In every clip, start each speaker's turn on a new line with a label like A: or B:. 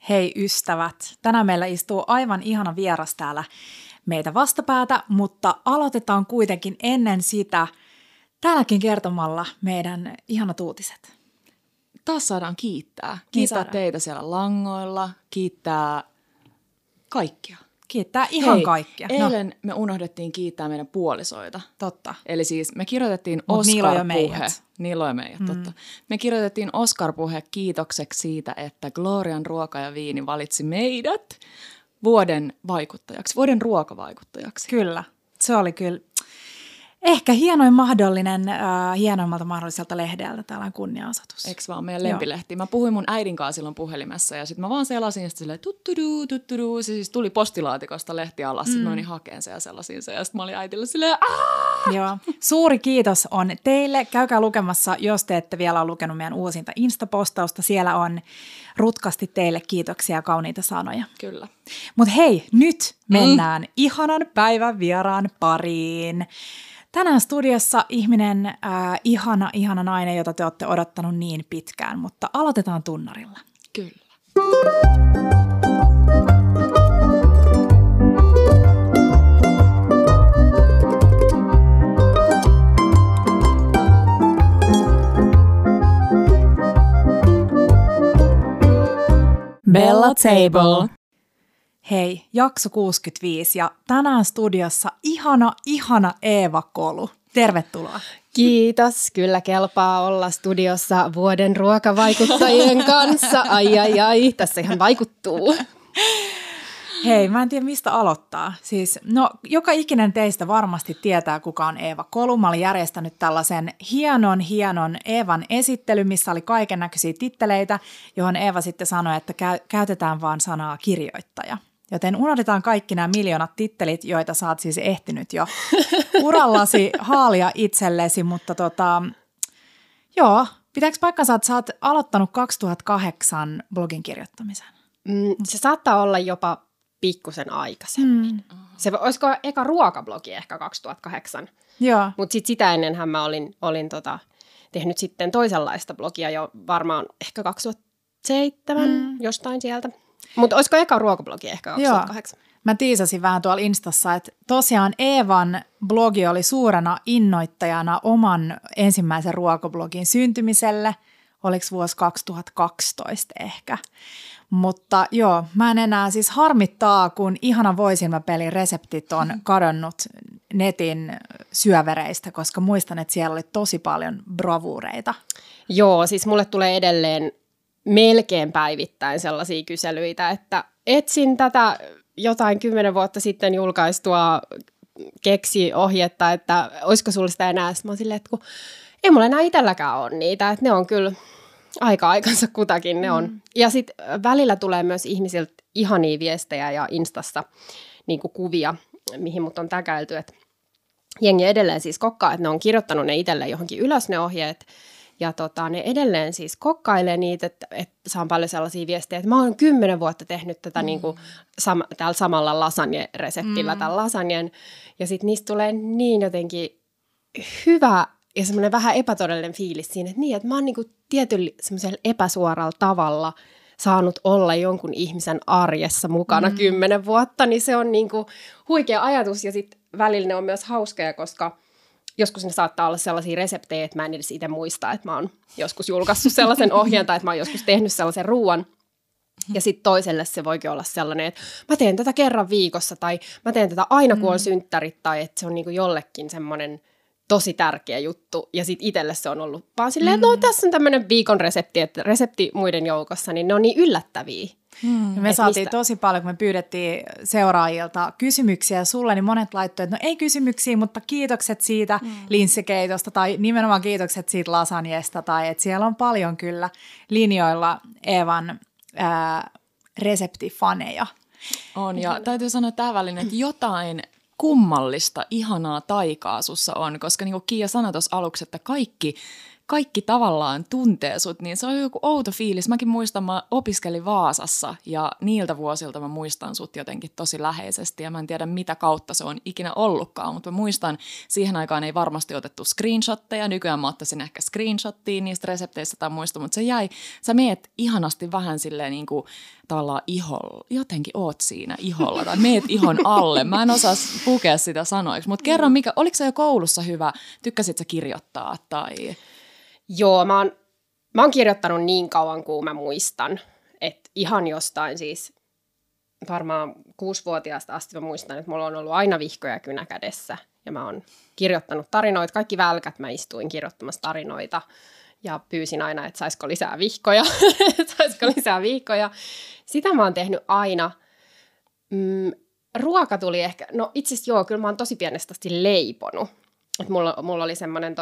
A: Hei ystävät, tänään meillä istuu aivan ihana vieras täällä meitä vastapäätä, mutta aloitetaan kuitenkin ennen sitä täälläkin kertomalla meidän ihanat uutiset.
B: Taas saadaan kiittää. Kiittää teitä siellä langoilla, kiittää kaikkia.
A: Kiittää ihan kaikkia.
B: Eilen me unohdettiin kiittää meidän puolisoita.
A: Totta.
B: Eli siis me kirjoitettiin
A: Oscar-puhe.
B: Niillä on meidät, totta. Me kirjoitettiin Oscar-puhe kiitokseksi siitä, että Glorian ruoka ja viini valitsi meidät vuoden vaikuttajaksi, vuoden ruokavaikuttajaksi.
A: Kyllä, se oli kyllä ehkä hienoin mahdollinen, hienoimmalta mahdolliselta lehdeltä tällainen kunnia-osoitus.
B: Eikö vaan meidän lempilehti? Mä puhuin mun äidin kanssa silloin puhelimessa ja sitten mä vaan selasin ja sitten silleen tuttudu. Se siis tuli postilaatikosta lehti alas, sitten mä menin hakeen sen ja selasin sen ja sitten mä olin äitille silleen
A: Joo. Suuri kiitos on teille. Käykää lukemassa, jos te ette vielä ole lukenut meidän uusinta Insta-postausta. Siellä on rutkasti teille kiitoksia ja kauniita sanoja.
B: Kyllä.
A: Mutta hei, nyt mennään ihanan päivän vieraan pariin. Tänään studiossa ihminen, ihana nainen, jota te olette odottanut niin pitkään, mutta aloitetaan tunnarilla.
B: Kyllä.
A: Bella Table. Hei, jakso 65 ja tänään studiossa ihana Eeva Kolu. Tervetuloa.
C: Kiitos, kyllä kelpaa olla studiossa vuoden ruokavaikuttajien kanssa. Ai, tässä ihan vaikuttuu.
A: Hei, mä en tiedä mistä aloittaa. Siis, joka ikinen teistä varmasti tietää, kuka on Eeva Kolu. Mä olin järjestänyt tällaisen hienon Eevan esittely, missä oli kaikennäköisiä titteleitä, johon Eeva sitten sanoi, että käytetään vaan sanaa kirjoittaja. Joten unohdetaan kaikki nämä miljoonat tittelit, joita sä oot siis ehtinyt jo urallasi haalia itsellesi, mutta pitääkö paikkansa, että sä oot aloittanut 2008 blogin kirjoittamisen?
C: Se saattaa olla jopa pikkusen aikaisemmin. Olisiko eka ruokablogi ehkä 2008?
A: Joo.
C: Mutta sitten sitä ennenhän mä olin tehnyt sitten toisenlaista blogia jo varmaan ehkä 2007 jostain sieltä. Mutta olisiko eka ruokablogi ehkä 2008?
A: Joo. Mä tiisasin vähän tuolla Instassa, että tosiaan Eevan blogi oli suurena innoittajana oman ensimmäisen ruokablogin syntymiselle. Oliko vuosi 2012 ehkä? Mutta joo, mä en enää siis harmittaa, kun ihana voisilmäpelin reseptit on kadonnut netin syövereistä, koska muistan, että siellä oli tosi paljon bravuureita.
C: Joo, siis mulle tulee edelleen melkein päivittäin sellaisia kyselyitä, että etsin tätä jotain 10 vuotta sitten julkaistua keksiohjetta, että olisiko sulla sitä enää. Sitten mä oon silleen, että kun ei mulla enää itselläkään ole niitä, että ne on kyllä aikansa kutakin ne on. Ja sitten välillä tulee myös ihmisiltä ihania viestejä ja Instassa niin kuin kuvia, mihin mut on täkäilty, että jengi edelleen siis kokkaa, että ne on kirjoittanut ne itselleen johonkin ylös ne ohjeet, ja ne edelleen siis kokkailee niitä, että saan paljon sellaisia viestejä, että mä oon 10 vuotta tehnyt tätä niin kuin täällä samalla lasagne-reseptillä, tämän lasagnen, ja sitten niistä tulee niin jotenkin hyvä ja semmoinen vähän epätodellinen fiilis siinä, että mä oon niin kuin tietyllä semmoisella epäsuoralla tavalla saanut olla jonkun ihmisen arjessa mukana 10 vuotta, niin se on niin kuin huikea ajatus, ja sitten välillä ne on myös hauskoja, koska joskus ne saattaa olla sellaisia reseptejä, että mä en edes itse muista, että mä oon joskus julkaissut sellaisen ohjeen tai että mä oon joskus tehnyt sellaisen ruuan. Ja sitten toiselle se voikin olla sellainen, että mä teen tätä kerran viikossa tai mä teen tätä aina kun on synttärit tai että se on niinku jollekin semmoinen tosi tärkeä juttu. Ja sitten itselle se on ollut vaan silleen, että tässä on tämmöinen viikon resepti, että resepti muiden joukossa, niin ne on niin yllättäviä.
A: Me saatiin tosi paljon, kun me pyydettiin seuraajilta kysymyksiä sulle, niin monet laittoivat, että no ei kysymyksiä, mutta kiitokset siitä linssikeitosta tai nimenomaan kiitokset siitä lasagnesta tai että siellä on paljon kyllä linjoilla Eevan reseptifaneja.
B: On, ja täytyy sanoa tähän väliin, että jotain kummallista, ihanaa taikaa sussa on, koska niin kuin Kiia sanoi tuossa aluksi, että kaikki kaikki tavallaan tuntee sut, niin se on joku outo fiilis. Mäkin muistan, mä opiskelin Vaasassa ja niiltä vuosilta mä muistan sut jotenkin tosi läheisesti ja mä en tiedä mitä kautta se on ikinä ollutkaan, mutta mä muistan, siihen aikaan ei varmasti otettu screenshotteja, nykyään mä ottaisin ehkä screenshottia niistä resepteistä tai muista, mutta se jäi, sä meet ihanasti vähän silleen niin kuin tavallaan iholla, jotenkin oot siinä iholla tai meet ihon alle. Mä en osaa pukea sitä sanoiksi, mutta kerro, oliko se jo koulussa hyvä, tykkäsit sä kirjoittaa tai...
C: Joo, mä oon kirjoittanut niin kauan kuin mä muistan, että ihan jostain siis varmaan 6-vuotiaasta asti mä muistan, että mulla on ollut aina vihkoja kynä kädessä ja mä oon kirjoittanut tarinoita, kaikki välkät mä istuin kirjoittamassa tarinoita ja pyysin aina, että saisiko lisää vihkoja, Sitä mä oon tehnyt aina. Ruoka tuli ehkä, no itse asiassa joo, kyllä mä oon tosi pienestä asti leiponut. Et mulla oli semmoinen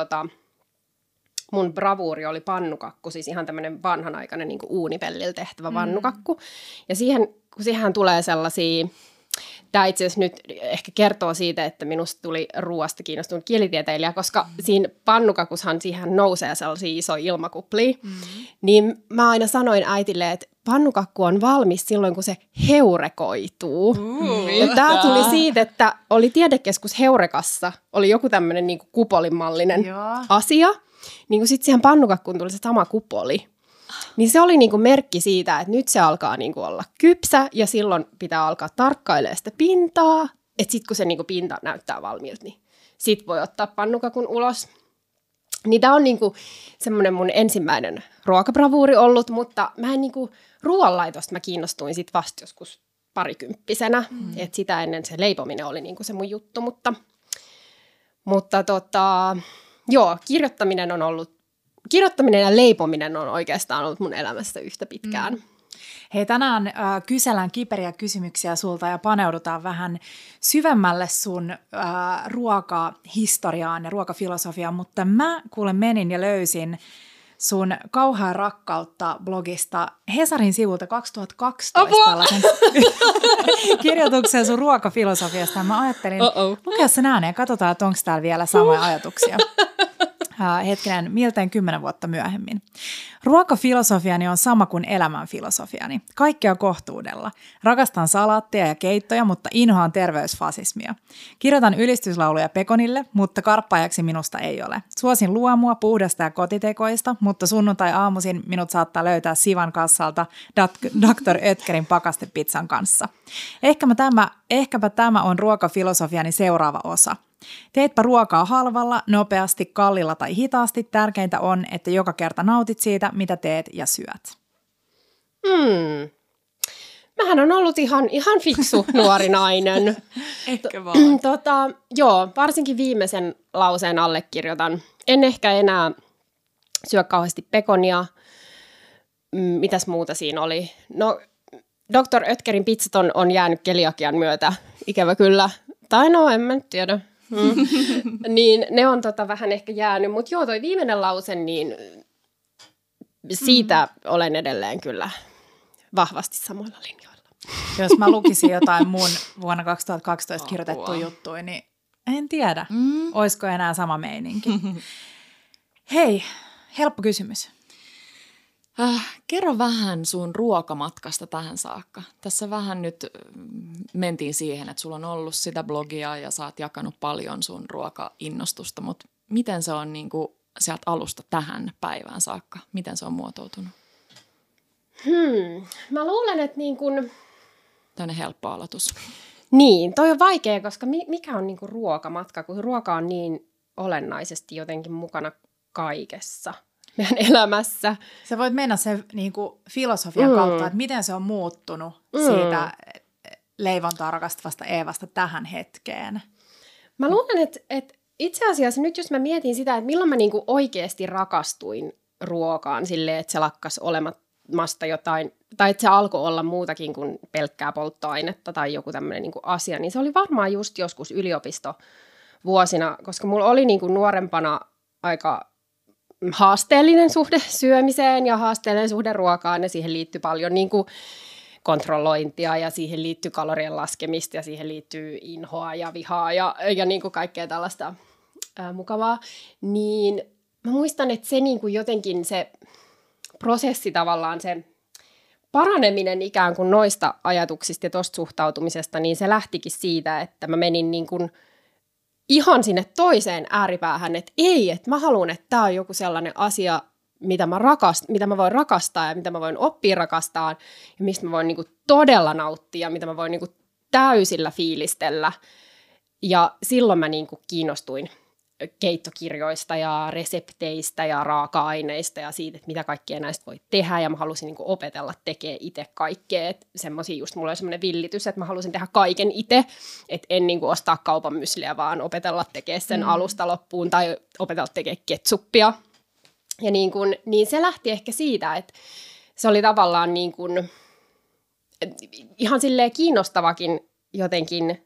C: mun bravuuri oli pannukakku, siis ihan tämmöinen vanhanaikainen niin kuin uunipellillä tehtävä pannukakku. Ja siihen tulee sellaisia, tämä itse asiassa nyt ehkä kertoo siitä, että minusta tuli ruoasta kiinnostunut kielitieteilijä, koska siinä pannukakussahan siihen nousee sellaisia isoja ilmakuplia. Niin mä aina sanoin äitille, että pannukakku on valmis silloin, kun se heurekoituu. Ja tämä tuli siitä, että oli tiedekeskus Heurekassa, oli joku tämmöinen niin kuin kupolimallinen asia. Niin sitten siihen pannukakkuun tuli se sama kupoli. Niin se oli niinku merkki siitä, että nyt se alkaa niinku olla kypsä ja silloin pitää alkaa tarkkailemaan sitä pintaa. Että sitten kun se niinku pinta näyttää valmiilta, niin sit voi ottaa pannukakun ulos. Niin tämä on niinku semmoinen mun ensimmäinen ruokabravuuri ollut, mutta mä en niinku ruoanlaitosta mä kiinnostuin sit vasta joskus parikymppisenä. Että sitä ennen se leipominen oli niinku se mun juttu, mutta joo, kirjoittaminen ja leipominen on oikeastaan ollut mun elämässä yhtä pitkään.
A: Hei, tänään kysellään kiperiä kysymyksiä sulta ja paneudutaan vähän syvemmälle sun ruokahistoriaan ja ruokafilosofiaan, mutta mä menin ja löysin sun Kauheaa rakkautta -blogista Hesarin sivulta 2012 tällaisen kirjoituksen sun ruokafilosofiasta. Mä ajattelin lukea sen ääneen ja katsotaan, että onko täällä vielä samoja ajatuksia. Hetkinen, miltei 10 vuotta myöhemmin. Ruokafilosofiani on sama kuin elämän filosofiani. Kaikkea kohtuudella. Rakastan salaatteja ja keittoja, mutta inhoan terveysfasismia. Kirjoitan ylistyslauluja pekonille, mutta karppaajaksi minusta ei ole. Suosin luomua, puhdasta ja kotitekoista, mutta sunnuntai-aamuisin minut saattaa löytää Sivan kassalta Dr. Oetkerin pakastepizzan kanssa. Ehkäpä tämä on ruokafilosofiani seuraava osa. Teetpä ruokaa halvalla, nopeasti, kallilla tai hitaasti. Tärkeintä on, että joka kerta nautit siitä, mitä teet ja syöt.
C: Mähän on ollut ihan fiksu nuori nainen.
B: Ehkä vaan.
C: Joo, varsinkin viimeisen lauseen allekirjoitan. En ehkä enää syö kauheasti pekonia. Mitäs muuta siinä oli? No, Dr. Oetkerin pizzat on jäänyt keliakian myötä, ikävä kyllä. Tai no, en mä nyt tiedä. Niin ne on vähän ehkä jäänyt, mutta joo, toi viimeinen lause, niin siitä olen edelleen kyllä vahvasti samoilla linjoilla.
A: Jos mä lukisin jotain mun vuonna 2012 kirjoitettua juttuja, niin en tiedä, olisiko enää sama meininki. Hei, helppo kysymys.
B: Kerro vähän sun ruokamatkasta tähän saakka. Tässä vähän nyt mentiin siihen, että sulla on ollut sitä blogia ja sä oot jakanut paljon sun ruokainnostusta, mutta miten se on niinku sieltä alusta tähän päivään saakka? Miten se on muotoutunut?
C: Mä luulen, että niin kun...
B: Tällainen helppo aloitus.
C: Niin, toi on vaikea, koska mikä on niinku ruokamatka, kun ruoka on niin olennaisesti jotenkin mukana kaikessa meidän elämässä.
A: Sä voit mennä sen niin kuin filosofian kautta, että miten se on muuttunut siitä leivontaa rakastavasta Eevasta tähän hetkeen.
C: Mä luulen, että itse asiassa nyt jos mä mietin sitä, että milloin mä niin kuin oikeasti rakastuin ruokaan silleen, että se lakkas olemasta jotain, tai että se alkoi olla muutakin kuin pelkkää polttoainetta tai joku tämmöinen niin kuin asia, niin se oli varmaan just joskus yliopistovuosina, koska mulla oli niin kuin nuorempana aika haasteellinen suhde syömiseen ja haasteellinen suhde ruokaan ja siihen liittyy paljon niin kuin kontrollointia ja siihen liittyy kalorien laskemista ja siihen liittyy inhoa ja vihaa ja niin kuin kaikkea tällaista mukavaa. Niin mä muistan, että se niin kuin jotenkin se prosessi tavallaan, se paraneminen ikään kuin noista ajatuksista ja tuosta suhtautumisesta, niin se lähtikin siitä, että mä menin niin kuin ihan sinne toiseen ääripäähän, että ei, että mä haluan, että tämä on joku sellainen asia, mitä mä voin rakastaa ja mitä mä voin oppia rakastaa ja mistä mä voin niin kuin todella nauttia, mitä mä voin niin kuin täysillä fiilistellä. Ja silloin mä niin kuin kiinnostuin keittokirjoista ja resepteistä ja raaka-aineista ja siitä, että mitä kaikkea näistä voi tehdä. Ja mä halusin niin kuin opetella tekemään itse kaikkea. Semmoisia just mulla oli semmoinen villitys, että mä halusin tehdä kaiken itse. Että en niin kuin ostaa kaupan mysliä, vaan opetella tekemään sen alusta loppuun tai opetella tekemään ketsuppia. Ja niin se lähti ehkä siitä, että se oli tavallaan niin kuin, ihan silleen kiinnostavakin jotenkin,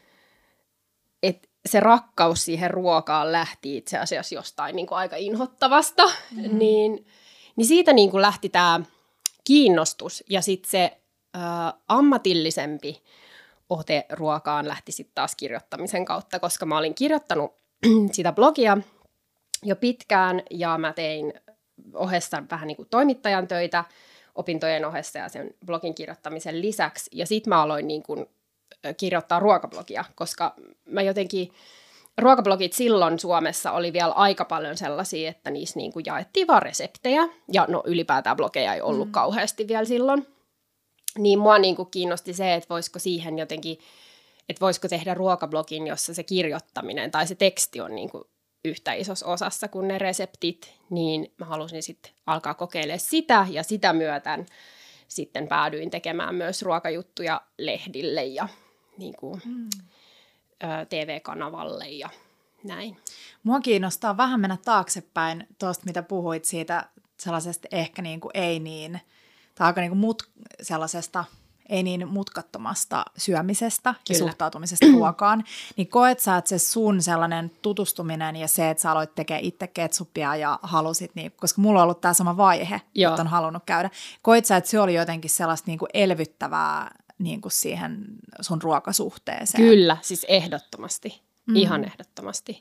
C: että se rakkaus siihen ruokaan lähti itse asiassa jostain niin kuin aika inhottavasta, niin siitä niin kuin lähti tämä kiinnostus ja sitten se ammatillisempi ote ruokaan lähti sitten taas kirjoittamisen kautta, koska mä olin kirjoittanut sitä blogia jo pitkään ja mä tein ohessa vähän niin kuin toimittajan töitä opintojen ohessa ja sen blogin kirjoittamisen lisäksi ja sitten mä aloin niin kuin kirjoittaa ruokablogia, koska mä jotenkin, ruokablogit silloin Suomessa oli vielä aika paljon sellaisia, että niissä niin kuin jaettiin vaan reseptejä, ja no ylipäätään blogeja ei ollut kauheasti vielä silloin, niin mua niin kuin kiinnosti se, että voisiko siihen jotenkin, että voisiko tehdä ruokablogin, jossa se kirjoittaminen tai se teksti on niin kuin yhtä isossa osassa kuin ne reseptit, niin mä halusin sitten alkaa kokeilemaan sitä, ja sitä myöten sitten päädyin tekemään myös ruokajuttuja lehdille ja niin kuin, TV-kanavalle ja näin.
A: Mua kiinnostaa vähän mennä taaksepäin tuosta, mitä puhuit siitä sellaisesta ehkä niin kuin ei niin, tai aika niin kuin sellaisesta ei niin mutkattomasta syömisestä ja suhtautumisesta ruokaan, niin koet sä, että se sun sellainen tutustuminen ja se, että sä aloit tekemään itse ketsuppia ja halusit, niin, koska mulla on ollut tämä sama vaihe, että on halunnut käydä, koet sä, että se oli jotenkin sellaista niin kuin elvyttävää niin kuin siihen sun ruokasuhteeseen?
C: Kyllä, siis ehdottomasti, ihan ehdottomasti.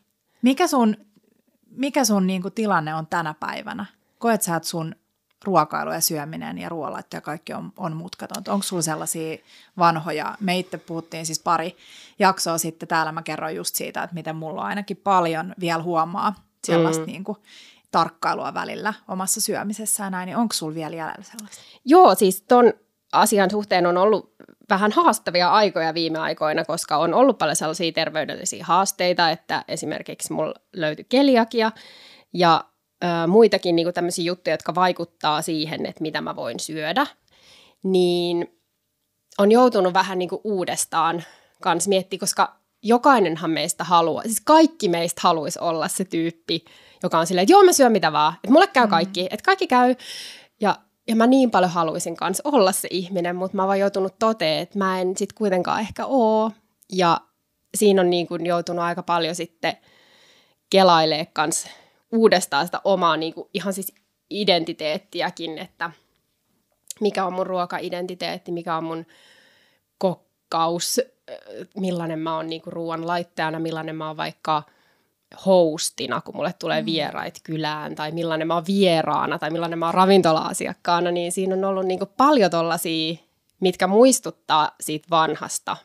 A: Mikä sun niin kuin tilanne on tänä päivänä? Koet sä, että sun ruokailu ja syöminen ja ruoanlaitto ja kaikki on mutkatonta? Onko sulla sellaisia vanhoja? Me itse puhuttiin siis pari jaksoa sitten täällä, mä kerroin just siitä, että miten mulla on ainakin paljon vielä huomaa sellaista niin kuin tarkkailua välillä omassa syömisessä ja näin, niin onko sulla vielä jäljellä sellaista?
C: Joo, siis ton asian suhteen on ollut vähän haastavia aikoja viime aikoina, koska on ollut paljon sellaisia terveydellisiä haasteita, että esimerkiksi mulla löytyi keliakia ja muitakin niin kuin tämmöisiä juttuja, jotka vaikuttaa siihen, että mitä mä voin syödä, niin on joutunut vähän niin kuin uudestaan kanssa miettimään, koska jokainenhan meistä haluaa, siis kaikki meistä haluaisi olla se tyyppi, joka on silleen, että joo mä syön mitä vaan, että mulle käy kaikki, että kaikki käy ja mä niin paljon haluaisin kanssa olla se ihminen, mutta mä oon vaan joutunut toteamaan, että mä en sit kuitenkaan ehkä oo ja siinä on niin kuin joutunut aika paljon sitten kelailemaan kanssa uudestaan sitä omaa niin kuin ihan siis identiteettiäkin, että mikä on mun ruoka-identiteetti, mikä on mun kokkaus, millainen mä oon niin kuin ruoan laittajana, millainen mä oon vaikka hostina, kun mulle tulee vieraita kylään, tai millainen mä oon vieraana, tai millainen mä oon ravintola-asiakkaana, niin siinä on ollut niin kuin paljon tollaisia, mitkä muistuttaa siitä vanhasta.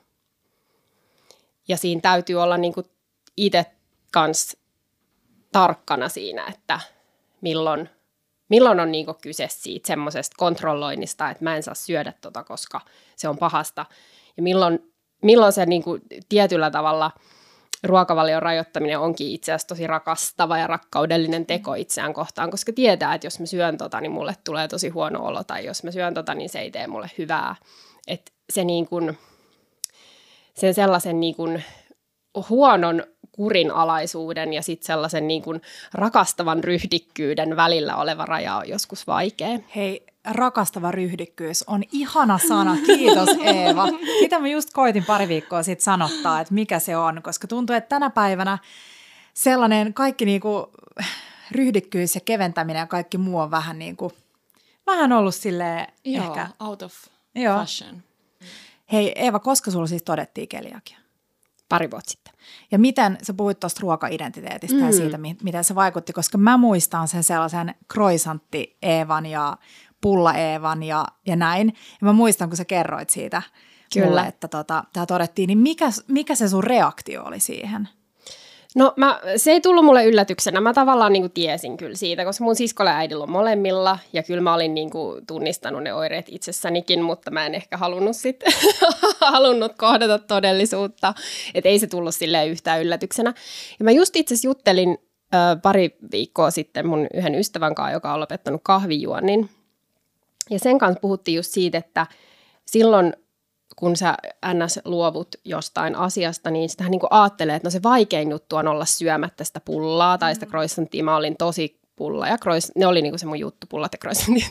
C: Ja siinä täytyy olla niin kuin itse kanssa tarkkana siinä, että milloin on niinku kyse siitä semmoisesta kontrolloinnista, että mä en saa syödä koska se on pahasta. Ja milloin se niinku tietyllä tavalla ruokavalion rajoittaminen onkin itse asiassa tosi rakastava ja rakkaudellinen teko itseään kohtaan, koska tietää, että jos mä syön niin mulle tulee tosi huono olo, tai jos mä syön niin se ei tee mulle hyvää. Että se niinku, sen sellaisen niinku huonon kurinalaisuuden ja sitten sellaisen niin kuin rakastavan ryhdikkyyden välillä oleva raja on joskus vaikea.
A: Hei, rakastava ryhdikkyys on ihana sana. Kiitos Eeva. Mitä mä just koitin pari viikkoa sitten sanottaa, että mikä se on, koska tuntuu, että tänä päivänä sellainen kaikki niin kuin ryhdikkyys ja keventäminen ja kaikki muu on vähän niin kuin, vähän ollut silleen ehkä
B: out of fashion.
A: Hei Eeva, koska sulla siis todettiin keliakia?
C: Pari vuotta sitten.
A: Ja miten, sä puhuit tuosta ruokaidentiteetistä ja siitä, miten se vaikutti, koska mä muistan sen sellaisen croissantti-Eevan ja pulla-Eevan ja näin. Ja mä muistan, kun sä kerroit siitä mulle, että tämä todettiin, niin mikä se sun reaktio oli siihen?
C: No se ei tullut mulle yllätyksenä. Mä tavallaan niin kuin tiesin kyllä siitä, koska mun siskolla ja äidillä on molemmilla. Ja kyllä mä olin niin kuin tunnistanut ne oireet itsessänikin, mutta mä en ehkä halunnut kohdata todellisuutta. Että ei se tullut silleen yhtään yllätyksenä. Ja mä just itse asiassa juttelin pari viikkoa sitten mun yhden ystävän kanssa, joka on lopettanut kahvijuonnin. Ja sen kanssa puhuttiin just siitä, että silloin kun sä ns. Luovut jostain asiasta, niin sitähän niin kuin ajattelee, että no se vaikein juttu on olla syömättä sitä pullaa tai sitä croissanttia. Mä olin tosi pulla ja ne oli niin kuin se mun juttu, pullat ja croissantit.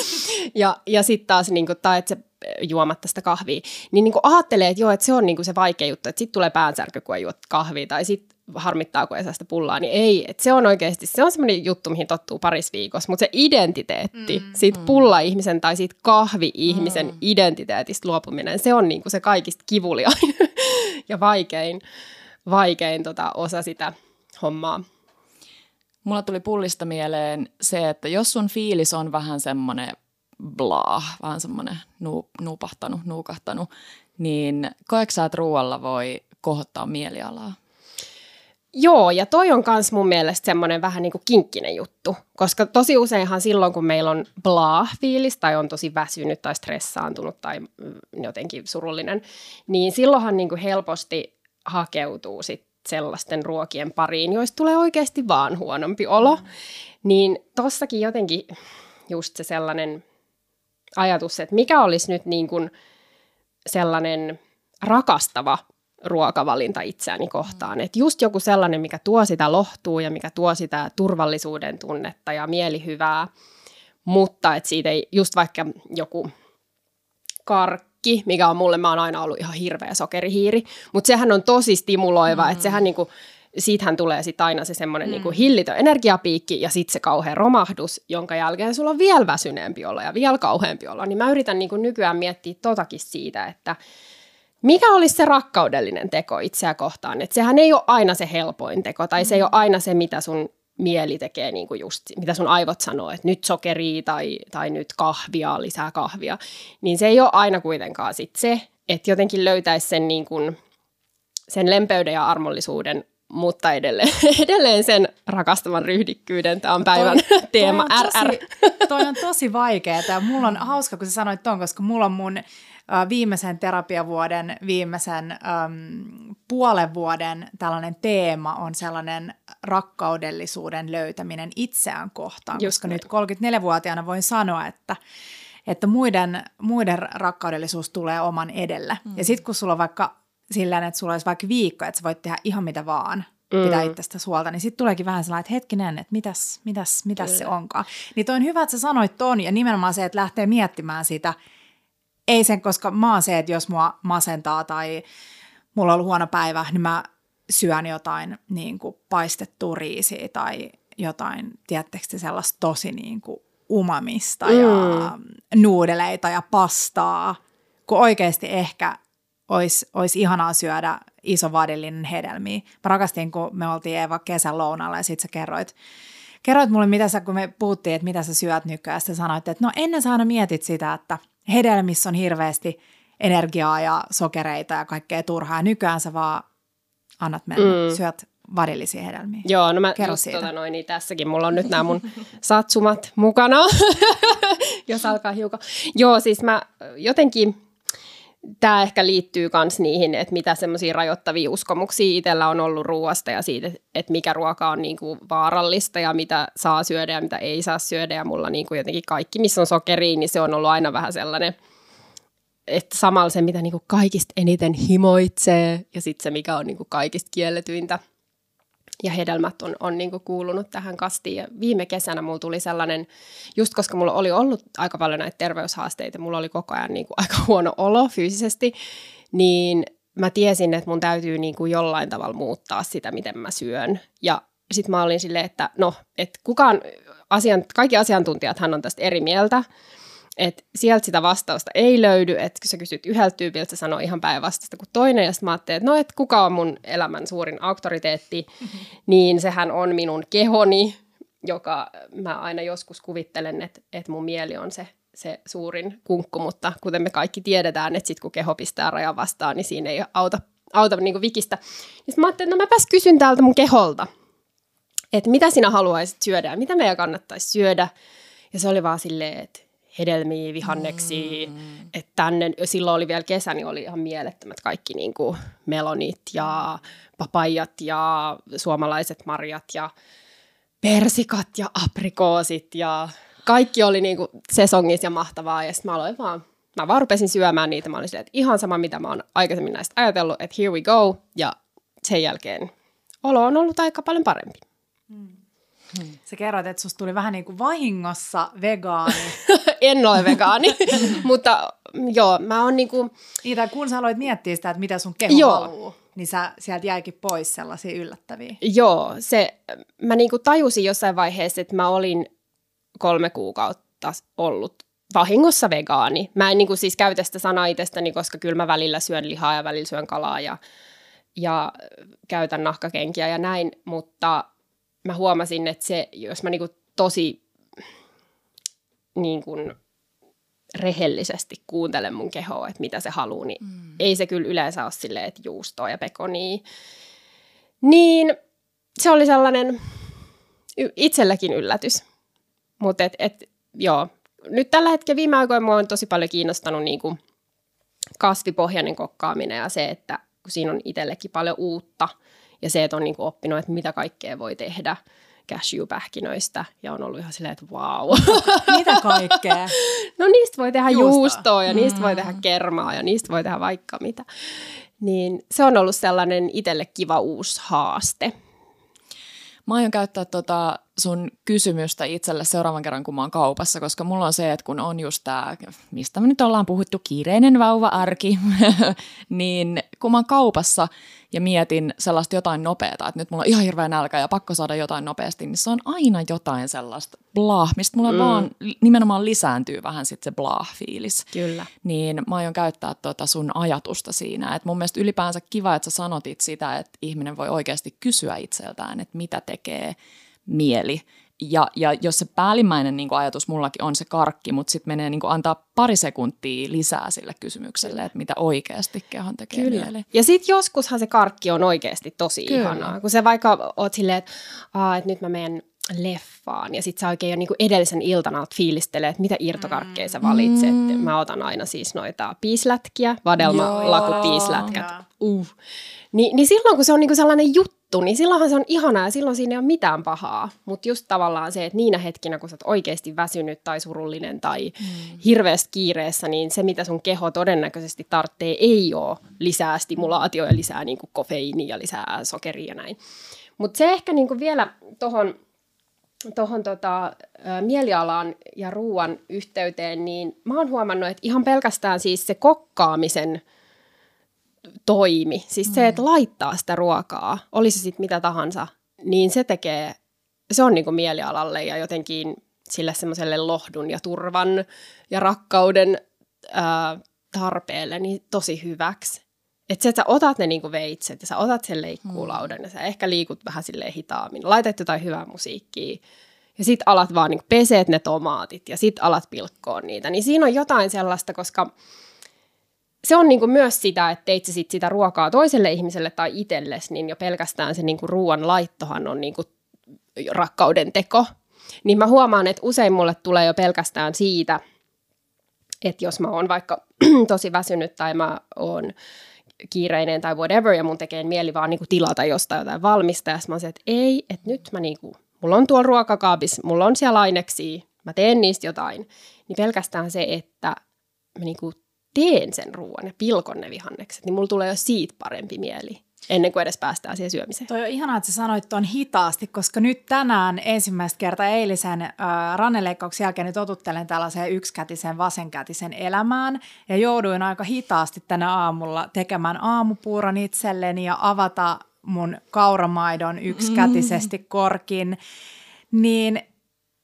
C: ja sitten taas, niin kuin, tai että se juomatta sitä kahvia, niin kuin ajattelee, että joo, että se on niin kuin se vaikea juttu, että sitten tulee päänsärky, kun ei juot kahvia, tai sitten harmittaa, kun ei saa sitä pullaa, niin ei, että se on oikeasti, se on semmoinen juttu, mihin tottuu parissa viikossa, mutta se identiteetti, siitä pulla-ihmisen tai siitä kahvi-ihmisen identiteetistä luopuminen, se on niin kuin se kaikista kivuliain ja vaikein osa sitä hommaa.
B: Mulla tuli pullista mieleen se, että jos sun fiilis on vähän semmoinen vähän semmoinen nuukahtanut, niin koetko sä, että ruoalla voi kohottaa mielialaa?
C: Joo, ja toi on kans mun mielestä semmoinen vähän niin kuin kinkkinen juttu, koska tosi useinhan silloin, kun meillä on blah-fiilis tai on tosi väsynyt tai stressaantunut tai jotenkin surullinen, niin silloinhan niin kuin helposti hakeutuu sit sellaisten ruokien pariin, joista tulee oikeasti vaan huonompi olo. Niin tossakin jotenkin just se sellainen ajatus, että mikä olisi nyt niin kuin sellainen rakastava ruokavalinta itseäni kohtaan. Että just joku sellainen, mikä tuo sitä lohtua ja mikä tuo sitä turvallisuuden tunnetta ja mielihyvää, mutta että siitä ei, just vaikka joku karkki, mikä on mulle, mä oon aina ollut ihan hirveä sokerihiiri, mutta sehän on tosi stimuloiva, että sehän niinku, siitähän tulee sitten aina se semmoinen niinku hillitön energiapiikki ja sitten se kauhea romahdus, jonka jälkeen sulla on vielä väsyneempi olla ja vielä kauheampi olla. Niin mä yritän niinku nykyään miettiä totakin siitä, että mikä olisi se rakkaudellinen teko itseä kohtaan? Että sehän ei ole aina se helpoin teko, tai se ei ole aina se, mitä sun mieli tekee, niin kuin just, mitä sun aivot sanoo, että nyt sokeria tai nyt kahvia, lisää kahvia. Niin se ei ole aina kuitenkaan sit se, että jotenkin löytäisi sen, niin kuin, sen lempeyden ja armollisuuden, mutta edelleen sen rakastavan ryhdikkyyden. Tämä on päivän teema, RR.
A: Toi on tosi vaikeaa, ja mulla on hauska, kun sä sanoit ton, koska mulla on mun viimeisen terapiavuoden, viimeisen puolen vuoden tällainen teema on sellainen rakkaudellisuuden löytäminen itseään kohtaan, koska nyt 34-vuotiaana voin sanoa, että muiden rakkaudellisuus tulee oman edelle. Ja sitten kun sulla on vaikka silleen, että sulla olisi vaikka viikko, että sä voit tehdä ihan mitä vaan, pitää itsestä huolta, niin sitten tuleekin vähän sellainen, että hetkinen, että mitäs se onkaan. Niin toi on hyvä, että sä sanoit ton, ja nimenomaan se, että lähtee miettimään sitä. Ei sen, koska mä oon se, että jos mua masentaa tai mulla on ollut huono päivä, niin mä syön jotain niin kuin paistettua riisiä tai jotain, tiedättekö sellaista tosi niin kuin umamista ja nuudeleita ja pastaa, kun oikeasti ehkä olisi ihanaa syödä isovadillinen hedelmiä. Mä rakastin, kun me oltiin Eeva kesän lounalla ja sit sä kerroit mulle, kun me puhuttiin, että mitä sä syöt nykyään, ja sä sanoit, että no ennen sä aina mietit sitä, että hedelmissä on hirveästi energiaa ja sokereita ja kaikkea turhaa. Nykyään sä vaan annat mennä, syöt vadillisia hedelmiä.
C: Joo, no mä just niin tässäkin. Mulla on nyt nämä mun satsumat mukana, jos alkaa hiukan. Joo, siis mä jotenkin, tämä ehkä liittyy myös niihin, että mitä semmoisia rajoittavia uskomuksia itsellä on ollut ruoasta ja siitä, että mikä ruoka on niinku vaarallista ja mitä saa syödä ja mitä ei saa syödä. Ja mulla niinku jotenkin kaikki, missä on sokeria, niin se on ollut aina vähän sellainen, että samalla se, mitä niinku kaikista eniten himoitsee ja sitten se, mikä on niinku kaikista kielletyintä. Ja hedelmät on niinku kuulunut tähän kastiin. Ja viime kesänä mulla tuli sellainen, just koska mulla oli ollut aika paljon näitä terveyshaasteita, mulla oli koko ajan niinku aika huono olo fyysisesti, niin mä tiesin, että mun täytyy niinku jollain tavalla muuttaa sitä, miten mä syön. Ja sit mä olin silleen, että no, että kaikki asiantuntijathan on tästä eri mieltä, että sieltä sitä vastausta ei löydy, että kun sä kysyt yhdeltä tyypiltä, se sanoo ihan päinvastaista kuin toinen, ja sitten mä ajattelin, että no, että kuka on mun elämän suurin auktoriteetti, niin sehän on minun kehoni, joka mä aina joskus kuvittelen, että mun mieli on se suurin kunkku, mutta kuten me kaikki tiedetään, että sit kun keho pistää rajan vastaan, niin siinä ei auta niin kuin vikistä. Ja mä ajattelin, että no mäpäs kysyn täältä mun keholta, että mitä sinä haluaisit syödä ja mitä meidän kannattaisi syödä. Ja se oli vaan silleen, että hedelmiä, vihanneksia, että tänne, silloin oli vielä kesä, niin oli ihan mielettömät kaikki niin kuin melonit ja papajat ja suomalaiset marjat ja persikat ja aprikoosit ja kaikki oli niin kuin sesongissa ja mahtavaa. Ja sitten mä vaan rupesin syömään niitä. Mä olin silleen, että ihan sama, mitä mä oon aikaisemmin näistä ajatellut, että here we go. Ja sen jälkeen olo on ollut aika paljon parempi.
A: Sä kerroit, että susta tuli vähän niin kuin vahingossa vegaani.
C: En ole vegaani, mutta joo, mä oon niin kuin...
A: Niitä, kun sä aloit miettiä sitä, että mitä sun keho haluaa, niin sieltä jäikin pois sellaisia yllättäviä.
C: Joo, mä niin kuin tajusin jossain vaiheessa, että mä olin 3 kuukautta ollut vahingossa vegaani. Mä en niin kuin siis käytä sitä sanaa itsestäni, koska kyllä mä välillä syön lihaa ja välillä syön kalaa ja käytän nahkakenkiä ja näin, mutta mä huomasin, että jos mä niin kuin tosi niin kuin rehellisesti kuuntelen mun kehoa, että mitä se haluaa, niin ei se kyllä yleensä ole silleen, että juustoa ja pekonia. Niin se oli sellainen itselläkin yllätys. Mutta joo, nyt tällä hetkellä viime aikoina mua on tosi paljon kiinnostanut niinku kasvipohjainen kokkaaminen ja se, että kun siinä on itsellekin paljon uutta ja se, että on niinku oppinut, että mitä kaikkea voi tehdä cashew-pähkinöistä ja on ollut ihan silleen, että vau.
A: Mitä kaikkea?
C: No niistä voi tehdä juustoa ja niistä voi tehdä kermaa ja niistä voi tehdä vaikka mitä. Niin se on ollut sellainen itselle kiva uusi haaste.
B: Mä aion käyttää sun kysymystä itselle seuraavan kerran, kun mä oon kaupassa, koska mulla on se, että kun on just tää, mistä me nyt ollaan puhuttu, kiireinen vauva-arki, niin kun mä oon kaupassa ja mietin sellaista jotain nopeata, että nyt mulla on ihan hirveä nälkä ja pakko saada jotain nopeasti, niin se on aina jotain sellaista blah, mistä mulla vaan nimenomaan lisääntyy vähän sitten se blah-fiilis.
C: Kyllä.
B: Niin mä aion käyttää sun ajatusta siinä, että mun mielestä ylipäänsä kiva, että sä sanotit sitä, että ihminen voi oikeasti kysyä itseltään, että mitä tekee mieli. Ja jos se päällimmäinen niin kuin ajatus mullakin on se karkki, mutta sitten menee niin kuin antaa pari sekuntia lisää sille kysymykselle, että mitä oikeasti kehon tekee mieli.
C: Ja sitten joskushan se karkki on oikeasti tosi ihanaa. Kun sä vaikka oot silleen, että nyt mä menen leffaan ja sitten sä oikein jo niin kuin edellisen iltana oot fiilistelee, että mitä irtokarkkeja sä valitset. Mä otan aina siis noita piislätkiä, vadelma-laku-piislätkät. Niin silloin kun se on niin kuin sellainen juttu, niin silloinhan se on ihanaa ja silloin siinä ei ole mitään pahaa. Mutta just tavallaan se, että niinä hetkinä, kun sä oot oikeasti väsynyt tai surullinen tai hirveästi kiireessä, niin se, mitä sun keho todennäköisesti tarvitsee, ei ole lisää stimulaatioa ja lisää niin kuin kofeiinia ja lisää sokeria ja näin. Mutta se ehkä niin kuin vielä tohon mielialaan ja ruoan yhteyteen, niin mä oon huomannut, että ihan pelkästään siis se kokkaamisen toimi, siis se, että laittaa sitä ruokaa, oli se sitten mitä tahansa, niin se on niinku mielialalle ja jotenkin sille semmoiselle lohdun ja turvan ja rakkauden tarpeelle niin tosi hyväksi. Että se, että sä otat ne niinku veitset ja sä otat sen leikkuulaudan ja sä ehkä liikut vähän silleen hitaammin, laitat jotain hyvää musiikkia ja sit alat vaan niinku peseet ne tomaatit ja sit alat pilkkoon niitä. Niin siinä on jotain sellaista, koska se on niinku myös sitä, että teit sä sit sitä ruokaa toiselle ihmiselle tai itsellesi, niin jo pelkästään se niinku ruoan laittohan on niinku rakkauden teko. Niin mä huomaan, että usein mulle tulee jo pelkästään siitä, että jos mä oon vaikka tosi väsynyt tai mä oon kiireinen tai whatever, ja mun tekee mieli vaan niinku tilata jostain jotain valmista, ja mä oon se, että ei, että nyt mä niinku, mulla on tuolla ruokakaapissa, mulla on siellä aineksia, mä teen niistä jotain, niin pelkästään se, että mä niinku teen sen ruoan ja pilkon ne vihannekset, niin mulla tulee jo siitä parempi mieli, ennen kuin edes päästään siihen syömiseen.
A: Toi on ihanaa, että sä sanoit tuon hitaasti, koska nyt tänään ensimmäistä kertaa eilisen ranneleikkauksen jälkeen nyt totuttelen tällaiseen yksikätisen, vasenkätisen elämään ja jouduin aika hitaasti tänä aamulla tekemään aamupuuron itselleni ja avata mun kauramaidon yksikätisesti korkin, niin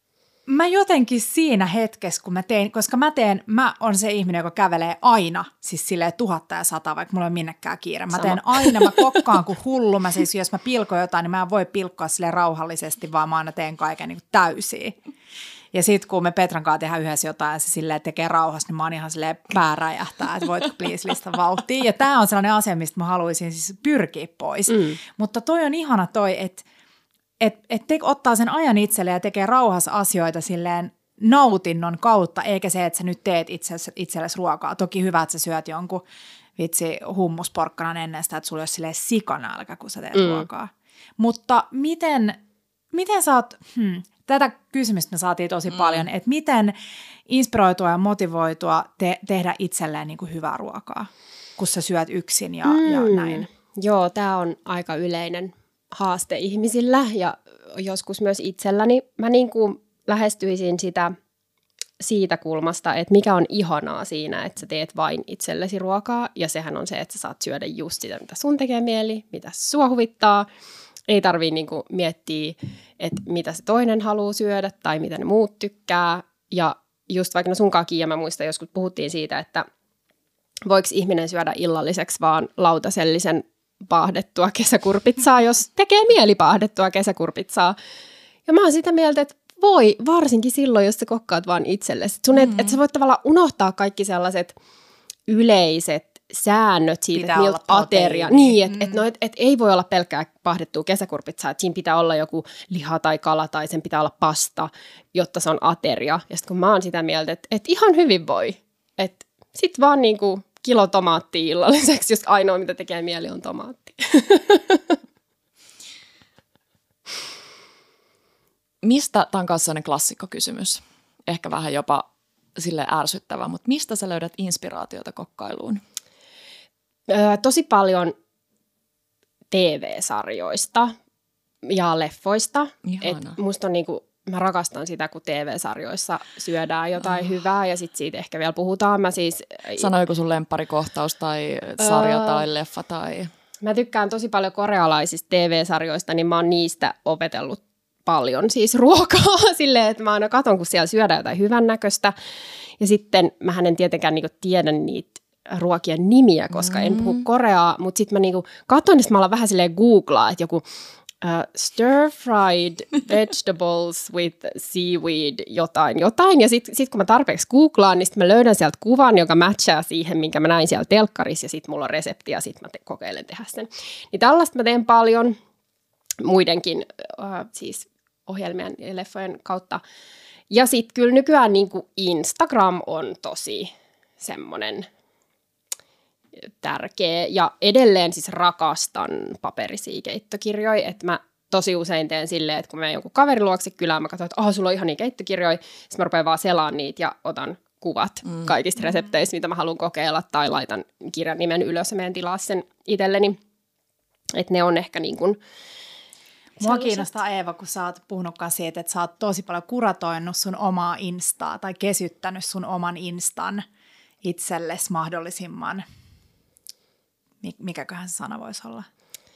A: mä jotenkin siinä hetkessä, kun mä tein, koska mä on se ihminen, joka kävelee aina, siis silleen 1000 ja 100, vaikka mulla ei ole minnekään kiire. Mä teen aina, mä kokkaan kuin hullu. Mä siis, jos mä pilkon jotain, niin mä en voi pilkkoa silleen rauhallisesti, vaan mä aina teen kaiken niin kuin täysiin. Ja sitten kun me Petran kanssa tehdään yhdessä jotain ja se silleen tekee rauhassa, niin mä oon ihan silleen pää räjähtää, että voitko please listan vauhtiin. Ja tää on sellainen asia, mistä mä haluaisin siis pyrkiä pois. Mutta toi on ihana toi, että ottaa sen ajan itselle ja tekee rauhassa asioita silleen nautinnon kautta, eikä se, että sä nyt teet itsellesi ruokaa. Toki hyvä, että sä syöt jonkun vitsi hummusporkkanan ennen sitä, että sulla olisi silleen sikanälkä, kun sä teet ruokaa. Mutta miten sä oot, tätä kysymystä me saatiin tosi paljon, että miten inspiroitua ja motivoitua tehdä itselleen niin kuin hyvää ruokaa, kun sä syöt yksin ja näin.
C: Joo, tää on aika yleinen haaste ihmisillä ja joskus myös itselläni. Mä niin kuin lähestyisin sitä siitä kulmasta, että mikä on ihanaa siinä, että sä teet vain itsellesi ruokaa ja sehän on se, että sä saat syödä just sitä, mitä sun tekee mieli, mitä sua huvittaa. Ei tarvii niinku miettiä, että mitä se toinen haluaa syödä tai mitä ne muut tykkää. Ja just vaikka sunkaan Kiia, mä muistan, joskus puhuttiin siitä, että voiko ihminen syödä illalliseksi vaan lautasellisen paahdettua kesäkurpitsaa, jos tekee mieli paahdettua kesäkurpitsaa. Ja mä oon sitä mieltä, että voi, varsinkin silloin, jos sä kokkaat vaan itsellesi. Että sä voit tavallaan unohtaa kaikki sellaiset yleiset säännöt siitä, että miltä ateria. Niin, että ei voi olla pelkkää paahdettua kesäkurpitsaa, että siinä pitää olla joku liha tai kala tai sen pitää olla pasta, jotta se on ateria. Ja sitten kun mä oon sitä mieltä, että ihan hyvin voi. Että sit vaan niinku kilo tomaattia illalliseksi, jos ainoa mitä tekee mieli on tomaatti.
B: Mistä, tämä on kanssa sellainen klassikkokysymys, ehkä vähän jopa sille ärsyttävä, mutta mistä sä löydät inspiraatiota kokkailuun?
C: Tosi paljon TV-sarjoista ja leffoista. Musta on niinku, mä rakastan sitä, kun TV-sarjoissa syödään jotain hyvää ja sitten siitä ehkä vielä puhutaan.
B: Sano joku sun lempparikohtaus tai sarja tai leffa tai...
C: Mä tykkään tosi paljon korealaisista TV-sarjoista, niin mä oon niistä opetellut paljon siis ruokaa silleen, että mä aina katon, kun siellä syödään jotain hyvännäköistä. Ja sitten mähän en tietenkään niinku tiedä niitä ruokien nimiä, koska en puhu koreaa, mutta sitten mä niinku katon, että mä alan vähän silleen googlaa, että joku stir-fried vegetables with seaweed jotain. Ja sitten kun mä tarpeeksi googlaan, niin sitten mä löydän sieltä kuvan, joka matchaa siihen, minkä mä näin siellä telkkarissa, ja sitten mulla on resepti, ja sitten mä kokeilen tehdä sen. Niin tällaista mä teen paljon muidenkin siis ohjelmien ja leffojen kautta. Ja sitten kyllä nykyään niin kuin Instagram on tosi semmoinen tärkeä. Ja edelleen siis rakastan paperisia keittokirjoja. Että mä tosi usein teen silleen, että kun mä jonkun kaverin luokse kylään, mä katson, että sulla on ihania keittokirjoja. Sitten mä rupean vaan selaamaan niitä ja otan kuvat kaikista resepteistä, mitä mä haluan kokeilla. Tai laitan kirjan nimen ylös ja menen tilaa sen itselleni. Että ne on ehkä niin kuin...
A: Mua kiinnostaa, Eeva, kun sä oot puhunutkaan siitä, että sä oot tosi paljon kuratoinut sun omaa instaa tai kesyttänyt sun oman instan itsellesi mahdollisimman. Mikäköhän se sana voisi olla?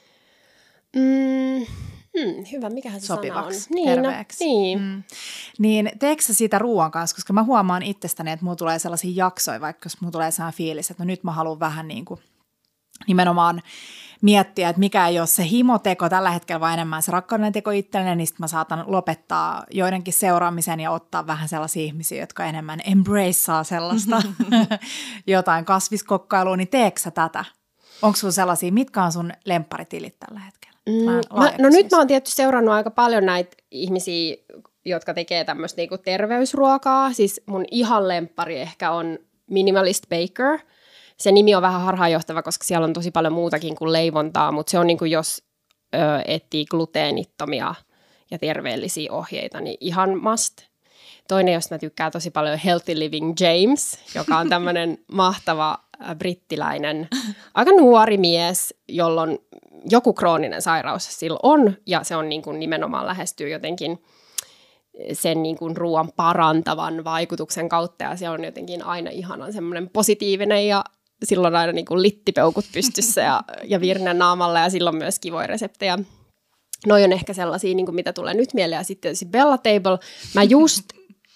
C: Hyvä, mikähän se
A: sopivaksi,
C: sana on?
A: terveeksi.
C: Niin.
A: Niin teekö sä sitä ruoan kanssa? Koska mä huomaan itsestäni, että mulla tulee sellaisia jaksoja, vaikka jos mulla tulee sellainen fiilis, että no nyt mä haluan vähän niin kuin nimenomaan miettiä, että mikä ei ole se himoteko tällä hetkellä, vaan enemmän se rakkauden teko itselleni, niin sitten mä saatan lopettaa joidenkin seuraamisen ja ottaa vähän sellaisia ihmisiä, jotka enemmän embracea sellaista jotain kasviskokkailua, niin teekö sä tätä? Onko sulla sellaisia, mitkä on sun lempparitilit tällä hetkellä?
C: No nyt mä oon tietysti seurannut aika paljon näitä ihmisiä, jotka tekee tämmöistä niinku terveysruokaa. Siis mun ihan lemppari ehkä on Minimalist Baker. Se nimi on vähän harhaanjohtava, koska siellä on tosi paljon muutakin kuin leivontaa, mutta se on niin kuin jos etsii gluteenittomia ja terveellisiä ohjeita, niin ihan must. Toinen, josta mä tykkään tosi paljon, Healthy Living James, joka on tämmöinen mahtava brittiläinen, aika nuori mies, jolla on joku krooninen sairaus sillä on, ja se on niin kuin nimenomaan lähestyy jotenkin sen niin kuin ruoan parantavan vaikutuksen kautta, ja se on jotenkin aina ihanan semmoinen positiivinen, ja silloin aina niin kuin littipeukut pystyssä ja virne naamalla, ja silloin myös kivoja reseptejä. Noi on ehkä sellaisia, niin kuin mitä tulee nyt mieleen, ja sitten Bella Table. Mä just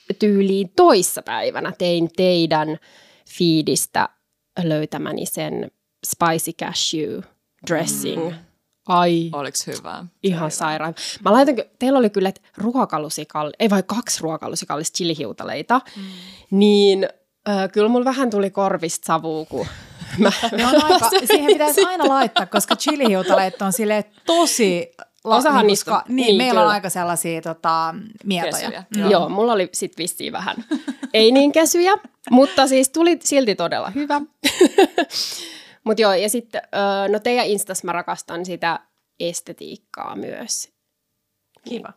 C: tyyliin toissapäivänä tein teidän feedistä löytämäni sen spicy cashew dressing. Ai.
B: Oliks hyvä?
C: Ihan sairaan. Mä laitan, teillä oli kyllä ei vai 2 ruokalusikallista chilihiutaleita, niin kyllä mulla vähän tuli korvista savua, kun
A: siihen pitäisi aina laittaa, koska chilihiutaleet on silleen tosi...
C: Osahan niistä,
A: niin meillä kyllä. On aika sellaisia mietoja.
C: Joo, mulla oli sit vissiin vähän ei niin kesyjä, mutta siis tuli silti todella hyvä. Mutta joo, ja sitten no teidän Instas mä rakastan sitä estetiikkaa myös.
A: Kiva.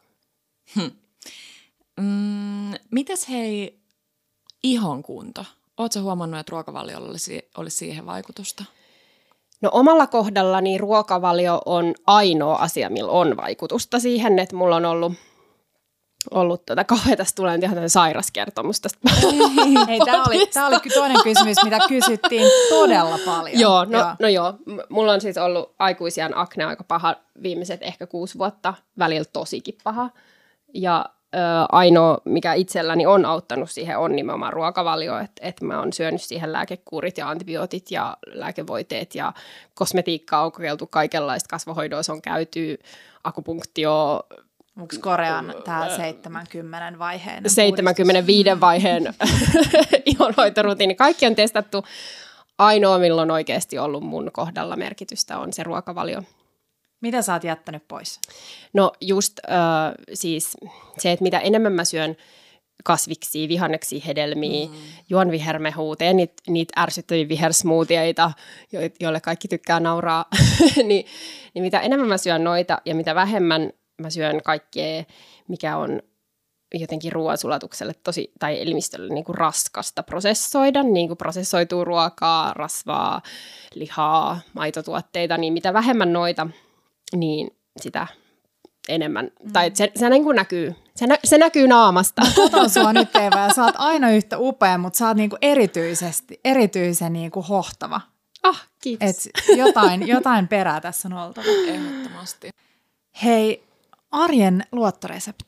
B: Mites hei ihon kunto? Ootko huomannut, että ruokavaliolla olisi siihen vaikutusta?
C: No omalla kohdallani ruokavalio on ainoa asia, millä on vaikutusta siihen, että mulla on ollut kauhean, tästä tulee ihan sairaskertomus tästä.
A: Hei, tämä oli toinen kysymys, mitä kysyttiin todella paljon.
C: Joo, mulla on siis ollut aikuisiän akne aika paha viimeiset ehkä 6 vuotta, välillä tosikin paha. Ja ainoa, mikä itselläni on auttanut siihen, on nimenomaan ruokavalio, että mä oon syönyt siihen lääkekuurit ja antibiootit ja lääkevoiteet ja kosmetiikkaa on kokeiltu, kaikenlaista kasvohoidoissa on käyty, akupunktio.
A: Onko Korean tämä 70 vaiheen?
C: 75 vaiheen ihonhoitorutiini. Kaikki on testattu. Ainoa, milloin on oikeasti ollut mun kohdalla merkitystä, on se ruokavalio.
A: Mitä sä oot jättänyt pois? No
C: just siis se, että mitä enemmän mä syön kasviksia, vihanneksia, hedelmiä, juon vihermehua, teen niitä ärsyttäviä vihersmoothieita, joille kaikki tykkää nauraa, niin mitä enemmän mä syön noita ja mitä vähemmän mä syön kaikkea, mikä on jotenkin ruoansulatukselle tai elimistölle niin kuin raskasta prosessoida, niin kuin prosessoituu ruokaa, rasvaa, lihaa, maitotuotteita, niin mitä vähemmän noita, niin sitä enemmän, tai se niin kuin näkyy, se näkyy naamasta.
A: Katon sua nyt, Eeva, ja sä oot aina yhtä upea, mutta sä oot niin kuin erityisen niin kuin hohtava.
C: Kiitos.
A: Et jotain perää tässä on oltava.
B: Ehdottomasti.
A: Hei, arjen luottoresepti.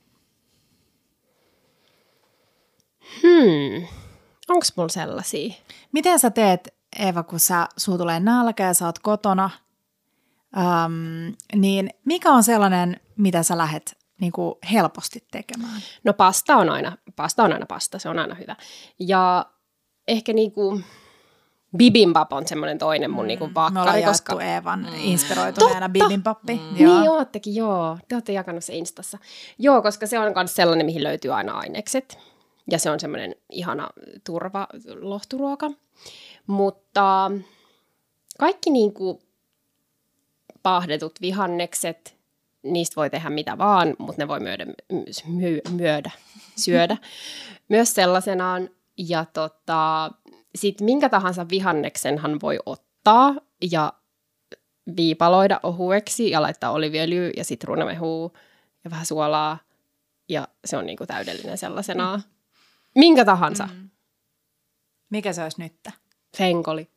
C: Onko mulla sellaisia?
A: Miten sä teet, Eeva, kun suu tulee nälkä ja sä oot kotona, niin mikä on sellainen, mitä sä lähdet niin kuin helposti tekemään?
C: No pasta on aina pasta, se on aina hyvä. Ja ehkä niinku bibimbap on semmoinen toinen mun niinku vakkari.
A: Me ollaan jaettu Eevan inspiroituneena bibimbappi.
C: Niin oottekin, joo. Te ootte jakanut se Instassa. Joo, koska se on myös sellainen, mihin löytyy aina ainekset. Ja se on semmoinen ihana lohturuoka. Mutta kaikki niinku paahdetut vihannekset, niistä voi tehdä mitä vaan, mutta ne voi syödä myös sellaisenaan. Ja sitten minkä tahansa vihanneksenhan voi ottaa ja viipaloida ohueksi ja laittaa oliviöljyä ja sitruunamehua ja vähän suolaa. Ja se on niinku täydellinen sellaisenaan. Minkä tahansa.
A: Mikä se olisi nyt?
C: Fenkoli.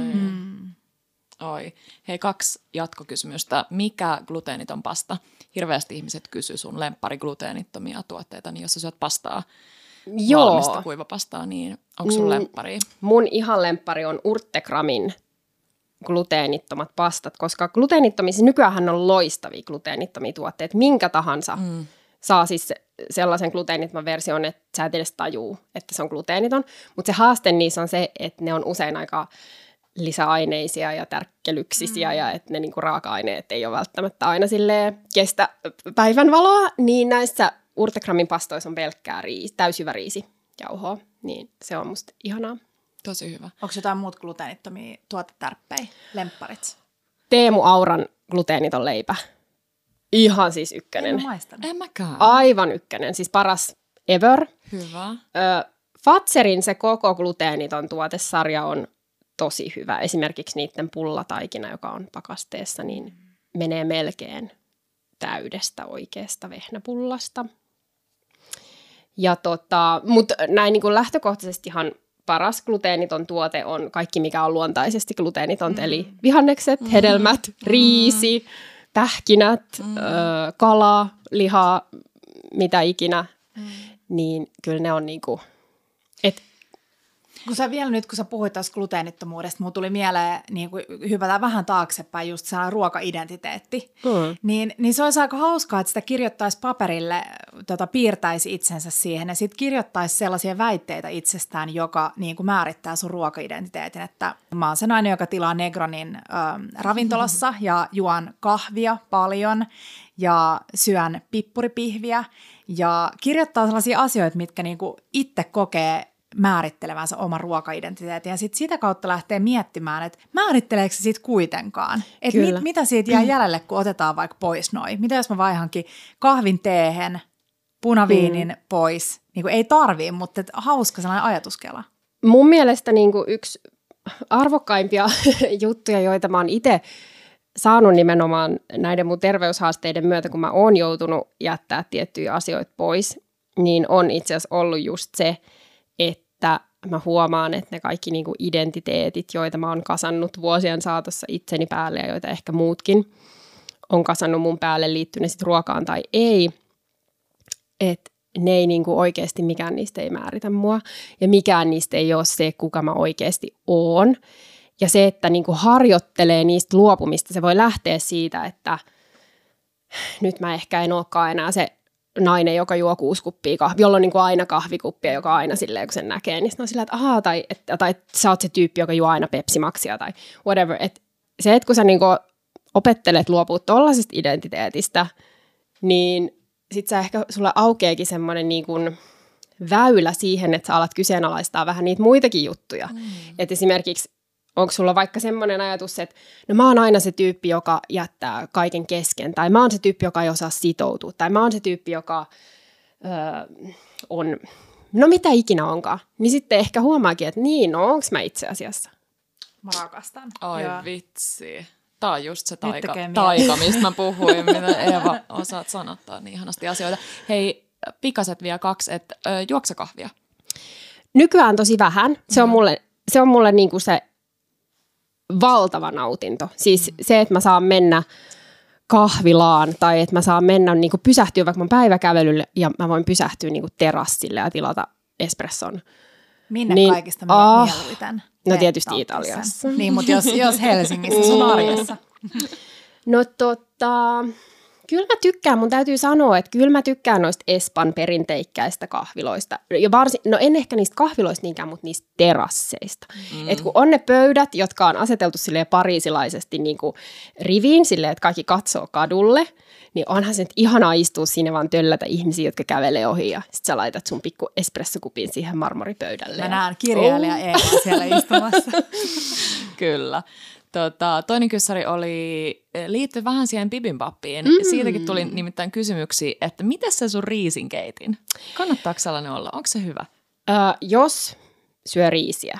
B: Oi. Hei, 2 jatkokysymystä. Mikä gluteeniton pasta? Hirveästi ihmiset kysyy sun lemppari gluteenittomia tuotteita, niin jos sä syöt pastaa, valmista kuivapastaa, niin onko sun lemppari?
C: Mun ihan lemppari on Urtegramin gluteenittomat pastat, koska gluteenittomissa nykyäänhän on loistavia gluteenittomia tuotteita. Minkä tahansa saa siis sellaisen gluteenittoman version, että sä et edes tajuu, että se on gluteeniton. Mutta se haaste niissä on se, että ne on usein aika lisäaineisia ja tärkkelyksisiä ja että ne niinku raaka-aineet ei ole välttämättä aina silleen kestä päivänvaloa, niin näissä Urtegramin pastoissa on pelkkää täysjyvä riisijauhoa, niin se on musta ihanaa.
B: Tosi hyvä.
A: Onko jotain muut gluteenittomia tuotetärppejä, lempparit?
C: Teemu Auran gluteeniton leipä. Ihan siis ykkönen.
A: En maistanut.
B: En mäkään.
C: Aivan ykkönen, siis paras ever.
B: Hyvä.
C: Fatserin se koko gluteeniton tuotesarja on tosi hyvä. Esimerkiksi niiden pullataikina, joka on pakasteessa, niin menee melkein täydestä oikeasta vehnäpullasta. Ja mutta näin niin kuin lähtökohtaisestihan paras gluteeniton tuote on kaikki, mikä on luontaisesti gluteenitonta, eli vihannekset, hedelmät, riisi, pähkinät, kala, liha, mitä ikinä. niin kyllä ne on niinku, että
A: Kun sä puhuit taas gluteenittomuudesta, mulla tuli mieleen, niin kuin hypätään vähän taaksepäin, just sellainen ruokaidentiteetti. Niin se olisi aika hauskaa, että sitä kirjoittaisi paperille, piirtäisi itsensä siihen ja sitten kirjoittaisi sellaisia väitteitä itsestään, joka niin kuin määrittää sun ruokaidentiteetin. Että mä oon se nainen, joka tilaa Negronin ravintolassa ja juon kahvia paljon ja syön pippuripihviä ja kirjoittaa sellaisia asioita, mitkä niin kuin itse kokee määrittelevänsä oman ruokaidentiteetin ja sitten sitä kautta lähtee miettimään, että määritteleekö se sitten kuitenkaan, että mitä siitä jää jäljelle, kun otetaan vaikka pois noin. Mitä jos mä vaihankin kahvin teehen, punaviinin pois, niin kuin ei tarvii, mutta hauska sellainen ajatuskela.
C: Mun mielestä niin kuin yksi arvokkaimpia juttuja, joita mä oon itse saanut nimenomaan näiden mun terveyshaasteiden myötä, kun mä oon joutunut jättää tiettyjä asioita pois, niin on itse asiassa ollut just se, että mä huomaan, että ne kaikki niinku identiteetit, joita mä oon kasannut vuosien saatossa itseni päälle ja joita ehkä muutkin on kasannut mun päälle liittyen sitten ruokaan tai ei, että ne ei niinku oikeasti, mikään niistä ei määritä mua ja mikään niistä ei ole se, kuka mä oikeasti oon. Ja se, että niinku harjoittelee niistä luopumista, se voi lähteä siitä, että nyt mä ehkä en olekaan enää se nainen, joka juo 6 kuppia kahvia, jolla on niin kuin aina kahvikuppia, joka aina silleen, kun sen näkee, niin sitten on sillä, että ahaa, tai sä oot se tyyppi, joka juo aina Pepsi Maxia tai whatever. Et se, että kun sä niin kuin opettelet luopua tollaisesta identiteetistä, niin sit sä ehkä sulle aukeekin semmoinen niin kuin väylä siihen, että sä alat kyseenalaistaa vähän niitä muitakin juttuja. Että esimerkiksi onko sulla vaikka semmoinen ajatus, että no mä oon aina se tyyppi, joka jättää kaiken kesken, tai mä oon se tyyppi, joka ei osaa sitoutua, tai mä oon se tyyppi, joka on, no mitä ikinä onkaan. Niin sitten ehkä huomaakin, että niin, no onks mä itse asiassa?
A: Mä rakastan.
B: Ai vitsi. Tää on just se taika mistä mä puhuin, mitä Eeva osaat sanottaa niin ihanasti asioita. Hei, pikaset vielä 2, että juokse kahvia?
C: Nykyään tosi vähän. Se on mulle niinku se valtava nautinto. Siis se, että mä saan mennä kahvilaan tai että mä saan mennä niin kuin pysähtyä vaikka mun päiväkävelylle ja mä voin pysähtyä niin kuin terassille ja tilata espresson.
A: Minne
C: niin,
A: kaikista mieluiten?
C: No tietysti Italiassa.
A: Niin, mutta jos Helsingissä sun arjessa.
C: No kyllä mä tykkään, mun täytyy sanoa, että kyllä mä tykkään noista Espan perinteikkäistä kahviloista. Ja no en ehkä niistä kahviloista niinkään, mutta niistä terasseista. Et kun on ne pöydät, jotka on aseteltu silleen pariisilaisesti niin kuin riviin, silleen, että kaikki katsoo kadulle, niin onhan se nyt ihanaa istua siinä vaan töllätä ihmisiä, jotka kävelee ohi ja sit sä laitat sun pikku espressokupin siihen marmoripöydälle.
A: Mä näen kirjailija Eeva siellä istumassa.
B: Kyllä. Toinen kyssäri liittyi vähän siihen bibimbappiin. Siitäkin tuli nimittäin kysymyksiä, että miten se sun riisinkeitin? Kannattaako sellainen olla? Onko se hyvä?
C: Jos syö riisiä,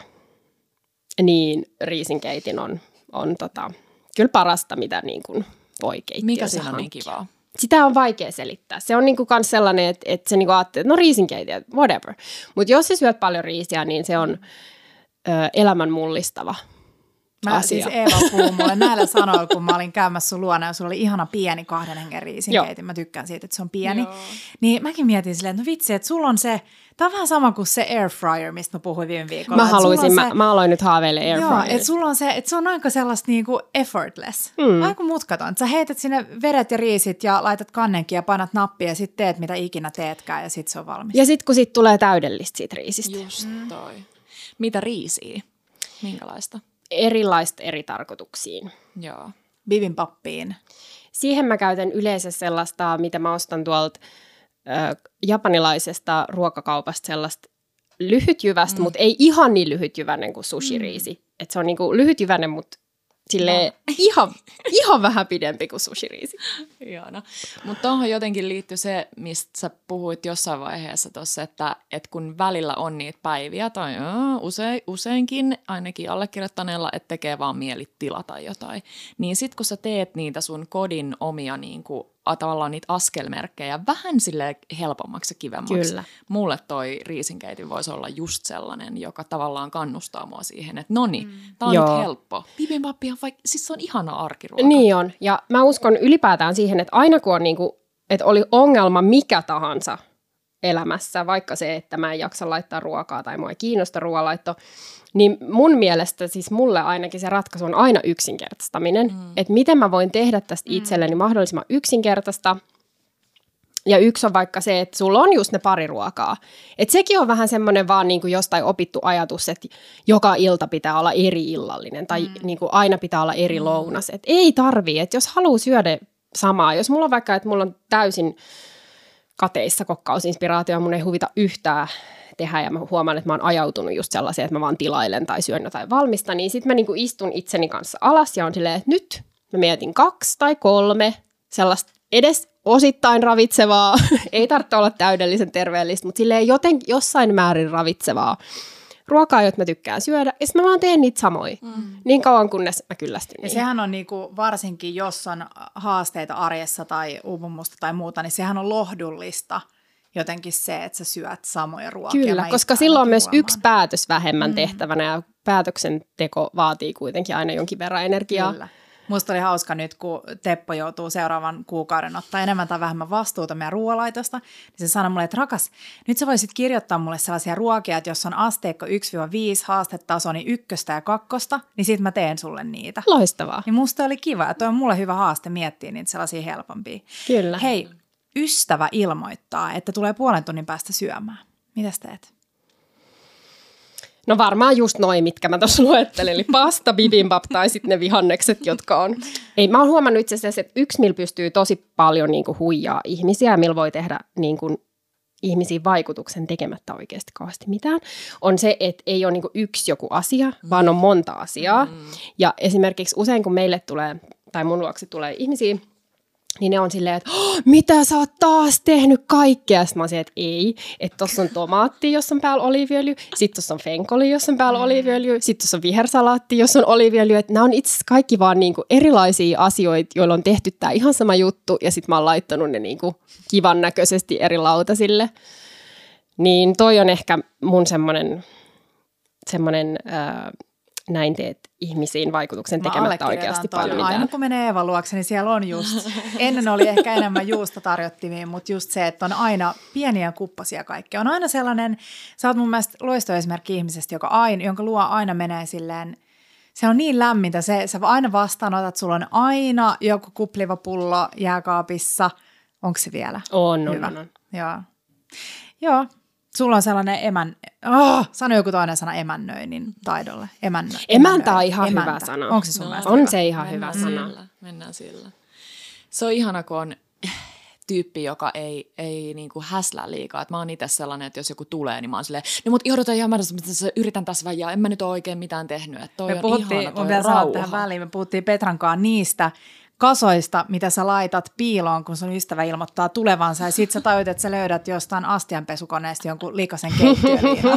C: niin riisinkeitin on kyllä parasta, mitä niin kuin voi keittiössä
B: mikä siinä on
C: hankkia.
B: niin kivaa?
C: Sitä on vaikea selittää. Se on niinku kans sellainen, että se niinku ajattelee, että no riisinkeitiä, whatever. Mutta jos sä syöt paljon riisiä, niin se on elämän mullistava asia.
A: Siis Eeva puhuu mulle näillä sanoilla, kun mä olin käymässä sun luona ja sulla oli ihana pieni 2 hengen riisinkeitin. Mä tykkään siitä, että se on pieni. Joo. Niin mäkin mietin silleen, että no vitsi, että sulla on se, tää on vähän sama kuin se air fryer, mistä mä puhuin viime viikolla.
C: Mä aloin nyt haaveille air fryer.
A: Joo, että sulla on se, että se on aika sellaista niinku effortless. Aika mutkaton. Sä heität sinne vedet ja riisit ja laitat kannenkin ja painat nappia ja sit teet mitä ikinä teetkään ja sit se on valmis.
C: Ja sit kun sit tulee täydellistä siitä riisistä.
B: Just toi. Mitä riisiä? Minkälaista?
C: Erilaista eri tarkoituksiin.
B: Joo.
A: Bibimbappiin.
C: Siihen mä käytän yleensä sellaista, mitä mä ostan tuolta japanilaisesta ruokakaupasta, sellaista lyhytjyvästä, mutta ei ihan niin lyhytjyväinen kuin sushiriisi. Että se on niinku lyhytjyväinen, mutta silleen ihan vähän pidempi kuin sushiriisi.
B: Ihana. Mutta tuohon jotenkin liittyy se, mistä sä puhuit jossain vaiheessa tuossa, että kun välillä on niitä päiviä, tai useinkin ainakin allekirjoittaneella, että tekee vaan mieli tilata jotain, niin sit kun sä teet niitä sun kodin omia niinku, tavallaan niitä askelmerkkejä vähän sille helpommaksi ja kivemmaksi.
C: Kyllä.
B: Mulle toi riisinkeitin voisi olla just sellainen, joka tavallaan kannustaa mua siihen, että noni, tää on nyt helppo. Bibimbappi on siis se on ihana arkiruoka.
C: Niin on, ja mä uskon ylipäätään siihen, että aina kun on niinku, että oli ongelma mikä tahansa elämässä, vaikka se, että mä en jaksa laittaa ruokaa tai mua ei kiinnosta ruoanlaitto, niin mun mielestä siis mulle ainakin se ratkaisu on aina yksinkertaistaminen. Että miten mä voin tehdä tästä itselleni mahdollisimman yksinkertaista. Ja yksi on vaikka se, että sulla on just ne pari ruokaa. Että sekin on vähän semmoinen vaan niin kuin jostain opittu ajatus, että joka ilta pitää olla eri illallinen tai niin kuin aina pitää olla eri lounas. Että ei tarvii, että jos haluaa syödä samaa, jos mulla on vaikka, että mulla on täysin kateissa kokkausinspiraatio, mun ei huvita yhtään tehdä ja mä huomaan, että mä oon ajautunut just sellaiseen, että mä vaan tilailen tai syön jotain valmista, niin sit mä niin kuin istun itseni kanssa alas ja on silleen, että nyt mä mietin 2 tai 3 sellaista edes osittain ravitsevaa, ei tarvitse olla täydellisen terveellistä, mutta silleen jossain määrin ravitsevaa ruokaa, jota mä tykkään syödä, ja sitten mä vaan teen niitä samoja, niin kauan kunnes mä kyllästyn.
A: Ja sehän on niinku, varsinkin, jos on haasteita arjessa tai uupumusta tai muuta, niin sehän on lohdullista jotenkin se, että sä syöt samoja ruokia.
C: Kyllä, koska silloin on myös yksi päätös vähemmän tehtävänä, ja päätöksenteko vaatii kuitenkin aina jonkin verran energiaa.
A: Kyllä. Musta oli hauska nyt, kun Teppo joutuu seuraavan kuukauden ottaa enemmän tai vähemmän vastuuta meidän ruoalaitosta, niin se sanoi mulle, että rakas, nyt sä voisit kirjoittaa mulle sellaisia ruokia, että jos on asteikko 1-5, haastetaso, niin 1 ja 2, niin sit mä teen sulle niitä.
C: Loistavaa.
A: Niin musta oli kiva, ja toi on mulle hyvä haaste miettiä niitä sellaisia helpompia.
C: Kyllä.
A: Hei, ystävä ilmoittaa, että tulee 0,5 tunnin päästä syömään. Mitäs teet?
C: No varmaan just noin, mitkä mä tuossa luettelin, eli pasta, bibimbap tai sitten ne vihannekset, jotka on. Ei, mä oon huomannut itse asiassa, että yksi, millä pystyy tosi paljon niin kuin huijaa ihmisiä, millä voi tehdä niin kuin ihmisiin vaikutuksen tekemättä oikeasti kauheasti mitään, on se, että ei ole niin kuin yksi joku asia, vaan on monta asiaa. Ja esimerkiksi usein, kun meille tulee, tai mun luokse tulee ihmisiä, niin ne on silleen, että mitä sä oot taas tehnyt kaikkea? Sitten mä oon silleen, että ei, että tossa on tomaatti, jossa on päällä oliiviöljy, sitten tossa on fenkoli, jossa on päällä oliiviöljy, sitten tossa on vihersalaatti, jossa on oliiviöljy. Että nämä on itse asiassa kaikki vaan niinku erilaisia asioita, joilla on tehty tämä ihan sama juttu, ja sitten mä oon laittanut ne niinku kivan näköisesti eri lautasille. Niin toi on ehkä mun semmoinen näin teet ihmisiin vaikutuksen tekemättä oikeasti paljon mitään.
A: Aina kun menee Eevan luokse, niin siellä on just, ennen oli ehkä enemmän juustotarjottimia, mutta just se, että on aina pieniä kuppasia kaikkea. On aina sellainen, sä oot mun mielestä loistoesimerkki ihmisestä, jonka luo aina menee silleen, se on niin lämmintä, sä aina vastaanotat, sulla on aina joku kupliva pullo jääkaapissa. Onko se vielä?
C: On.
A: Joo. Sulla on sellainen sano joku toinen sana emännöinnin taidolle.
C: Emäntä on ihan hyvä sana.
A: Onko se sun mielestä
C: on
A: hyvä?
C: Se ihan hyvä sana.
B: Mennään sillä. Se on ihana, kun on tyyppi, joka ei niinku häslää liikaa. Et mä oon itse sellainen, että jos joku tulee, niin mä oon silleen, no mut odotan ihan yritän tässä vaan, ja en mä nyt ole oikein mitään tehnyt. Et toi on ihana, toi on rauha.
A: Tähän väliin, me puhuttiin Petran kanssa niistä kasoista, mitä sä laitat piiloon, kun sun ystävä ilmoittaa tulevansa, ja sit sä tajut, että sä löydät jostain astianpesukoneesta jonkun likaisen keittiöliinan.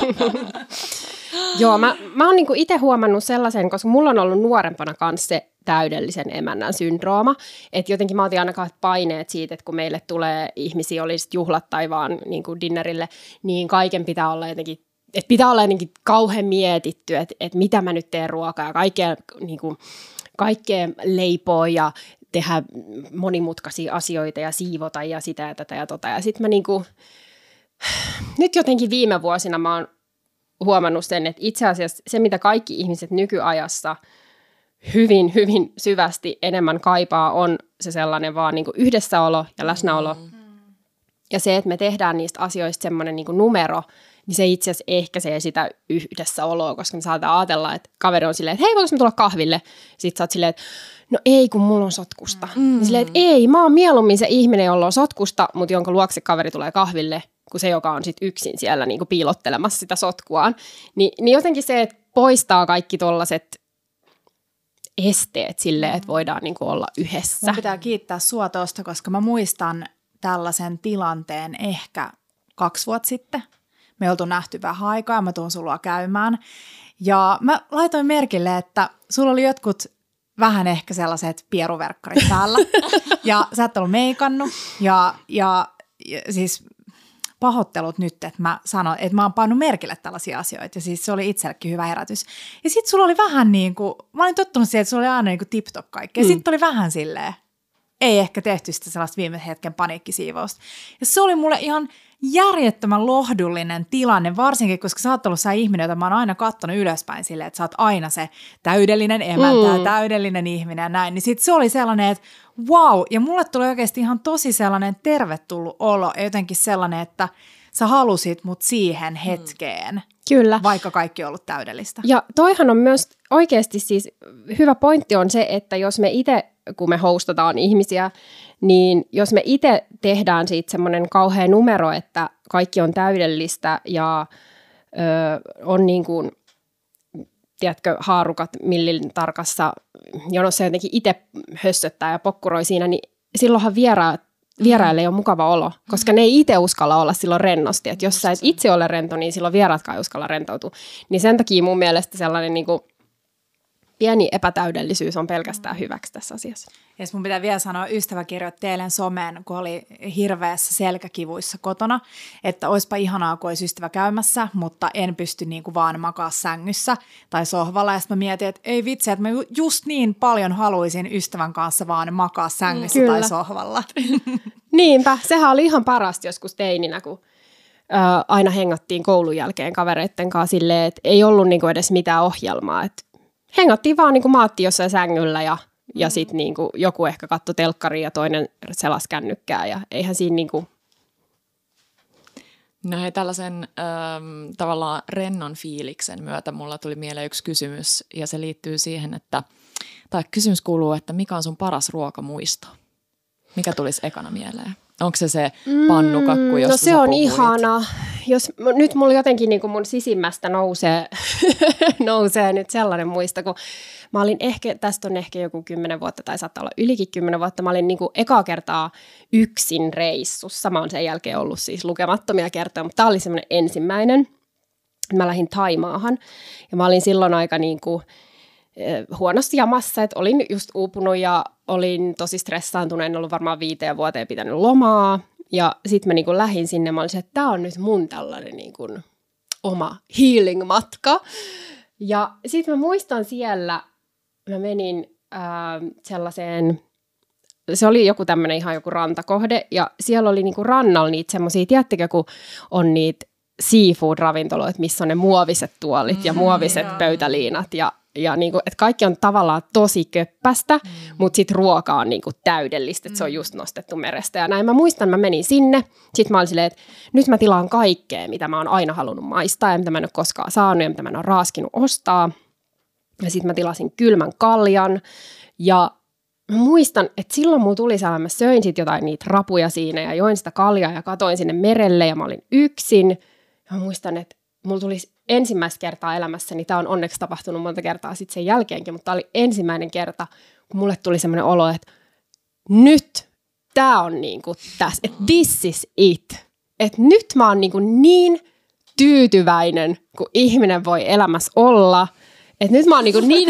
C: Joo, mä oon niinku itse huomannut sellaisen, koska mulla on ollut nuorempana kanssa se täydellisen emännän syndrooma, että jotenkin mä otin aina paineet siitä, että kun meille tulee ihmisiä, olisi juhlat tai vaan niinku dinnerille, niin kaiken pitää olla jotenkin, että pitää olla jotenkin kauhean mietitty, että mitä mä nyt teen ruokaa ja kaikkea leipoa ja tehdä monimutkaisia asioita ja siivota ja sitä ja tätä ja tota. Ja sitten mä niinku, nyt jotenkin viime vuosina mä oon huomannut sen, että itse asiassa se, mitä kaikki ihmiset nykyajassa hyvin, hyvin syvästi enemmän kaipaa, on se sellainen vaan niinku yhdessäolo ja läsnäolo. Ja se, että me tehdään niistä asioista semmoinen niinku numero, niin se itse asiassa ehkäisee sitä yhdessäoloa, koska me saadaan ajatella, että kaveri on silleen, että hei, voiko me tulla kahville? Sitten sä oot silleen, että no ei, kun mulla on sotkusta. Niin silleen, että ei, mä oon mieluummin se ihminen, jolla on sotkusta, mutta jonka luokse kaveri tulee kahville, kuin se, joka on sitten yksin siellä niin kuin piilottelemassa sitä sotkuaan. Niin jotenkin se, että poistaa kaikki tollaiset esteet silleen, että voidaan niin kuin olla yhdessä.
A: Mun pitää kiittää sua tosta, koska mä muistan tällaisen tilanteen ehkä 2 vuotta sitten. Me oltu nähty vähän aikaa ja mä tuun sulla käymään. Ja mä laitoin merkille, että sulla oli jotkut vähän ehkä sellaiset pieruverkkarit päällä. Ja sä et ollut meikannut. Ja siis pahoittelut nyt, että mä sanoin, että mä oon pannut merkille tällaisia asioita. Ja siis se oli itsellekin hyvä herätys. Ja sit sulla oli vähän niin kuin, mä olin tottunut siihen, että sulla oli aina niin kuin tip-top kaikki. Ja sit oli vähän silleen, ei ehkä tehty sitä sellaista viime hetken paniikkisiivousta. Ja se oli mulle ihan järjettömän lohdullinen tilanne, varsinkin koska sä oot ollut sä ihminen, jota mä oon aina kattonut ylöspäin silleen, että sä oot aina se täydellinen emäntä ja täydellinen ihminen ja näin. Niin sit se oli sellainen, että wow, ja mulle tuli oikeasti ihan tosi sellainen tervetullut olo ja jotenkin sellainen, että sä halusit mut siihen hetkeen.
C: Kyllä.
A: Vaikka kaikki on ollut täydellistä.
C: Ja toihan on myös oikeasti siis hyvä pointti on se, että jos me itse, kun me hostataan ihmisiä, niin jos me itse tehdään siitä semmoinen kauhea numero, että kaikki on täydellistä ja on niin kuin, tiedätkö, haarukat millin tarkassa jonossa jotenkin itse hössöttää ja pokkuroi siinä, niin silloinhan vieraille ei ole mukava olo, koska ne ei itse uskalla olla silloin rennosti. Että jos sä et itse ole rento, niin silloin vieraatkaan ei uskalla rentoutua. Niin sen takia mun mielestä sellainen niin kuin pieni epätäydellisyys on pelkästään hyväksi tässä asiassa.
A: Ja mun pitää vielä sanoa, ystävä kirjoitti eilen someen, kun oli hirveässä selkäkivuissa kotona, että oispa ihanaa, kun olisi ystävä käymässä, mutta en pysty niin kuin vaan makaa sängyssä tai sohvalla. Ja sitten mä mietin, että ei vitsi, että mä just niin paljon haluaisin ystävän kanssa vaan makaa sängyssä tai sohvalla.
C: Niinpä, sehän oli ihan parasta joskus teininä, kun aina hengattiin koulun jälkeen kavereitten kanssa silleen, että ei ollut niin kuin edes mitään ohjelmaa, että hengattiin vaan, niin kuin maattiin jossain sängyllä ja sitten niin kuin joku ehkä katsoi telkkaria ja toinen selasi kännykkää ja eihän siinä niin kuin.
B: No hei, tällaisen tavallaan rennon fiiliksen myötä mulla tuli mieleen yksi kysymys ja se liittyy siihen, tai kysymys kuuluu, että mikä on sun paras ruokamuisto? Mikä tulisi ekana mieleen? Onko se pannukakku, josta
C: no se on
B: puhuit?
C: ihana. Nyt mulla jotenkin niin kuin mun sisimmästä nousee nyt sellainen muisto, kun mä olin tästä on ehkä joku 10 vuotta tai saattaa olla ylikin 10 vuotta, mä olin niin kuin ekaa kertaa yksin reissussa. Mä oon sen jälkeen ollut siis lukemattomia kertoja, mutta tää oli semmoinen ensimmäinen. Mä lähdin Thaimaahan ja mä olin silloin aika niin kuin huonosti jamassa, että olin just uupunut ja olin tosi stressaantunut, en ollut varmaan 5 vuoteen pitänyt lomaa. Ja sitten mä niinku lähdin sinne, mä olin että tää on nyt mun tällainen niinku oma healing-matka. Ja sitten mä muistan siellä, mä menin sellaiseen, se oli joku tämmöinen ihan joku rantakohde, ja siellä oli niinku rannalla niitä semmosia, tiedättekö, kun on niitä seafood-ravintoloita, missä on ne muoviset tuolit ja muoviset pöytäliinat ja niinku, että kaikki on tavallaan tosi köppästä, mutta sitten ruoka on niinku täydellistä, että se on just nostettu merestä. Ja näin mä muistan, mä menin sinne, sitten mä olin silleen, että nyt mä tilaan kaikkea, mitä mä oon aina halunnut maistaa ja mitä mä en ole koskaan saanut ja mitä mä en ole raaskinut ostaa. Ja sitten mä tilasin kylmän kaljan ja mä muistan, että silloin mulla tuli sellainen, mä söin sit jotain niitä rapuja siinä ja join sitä kaljaa ja katoin sinne merelle ja mä olin yksin. Ja mä muistan, että mulla tuli ensimmäistä kertaa elämässäni, tämä on onneksi tapahtunut monta kertaa sitten sen jälkeenkin, mutta tämä oli ensimmäinen kerta, kun mulle tuli semmoinen olo, että nyt tämä on niinku tässä, että this is it. Että nyt mä oon niin tyytyväinen, kun ihminen voi elämässä olla. Että nyt mä oon niin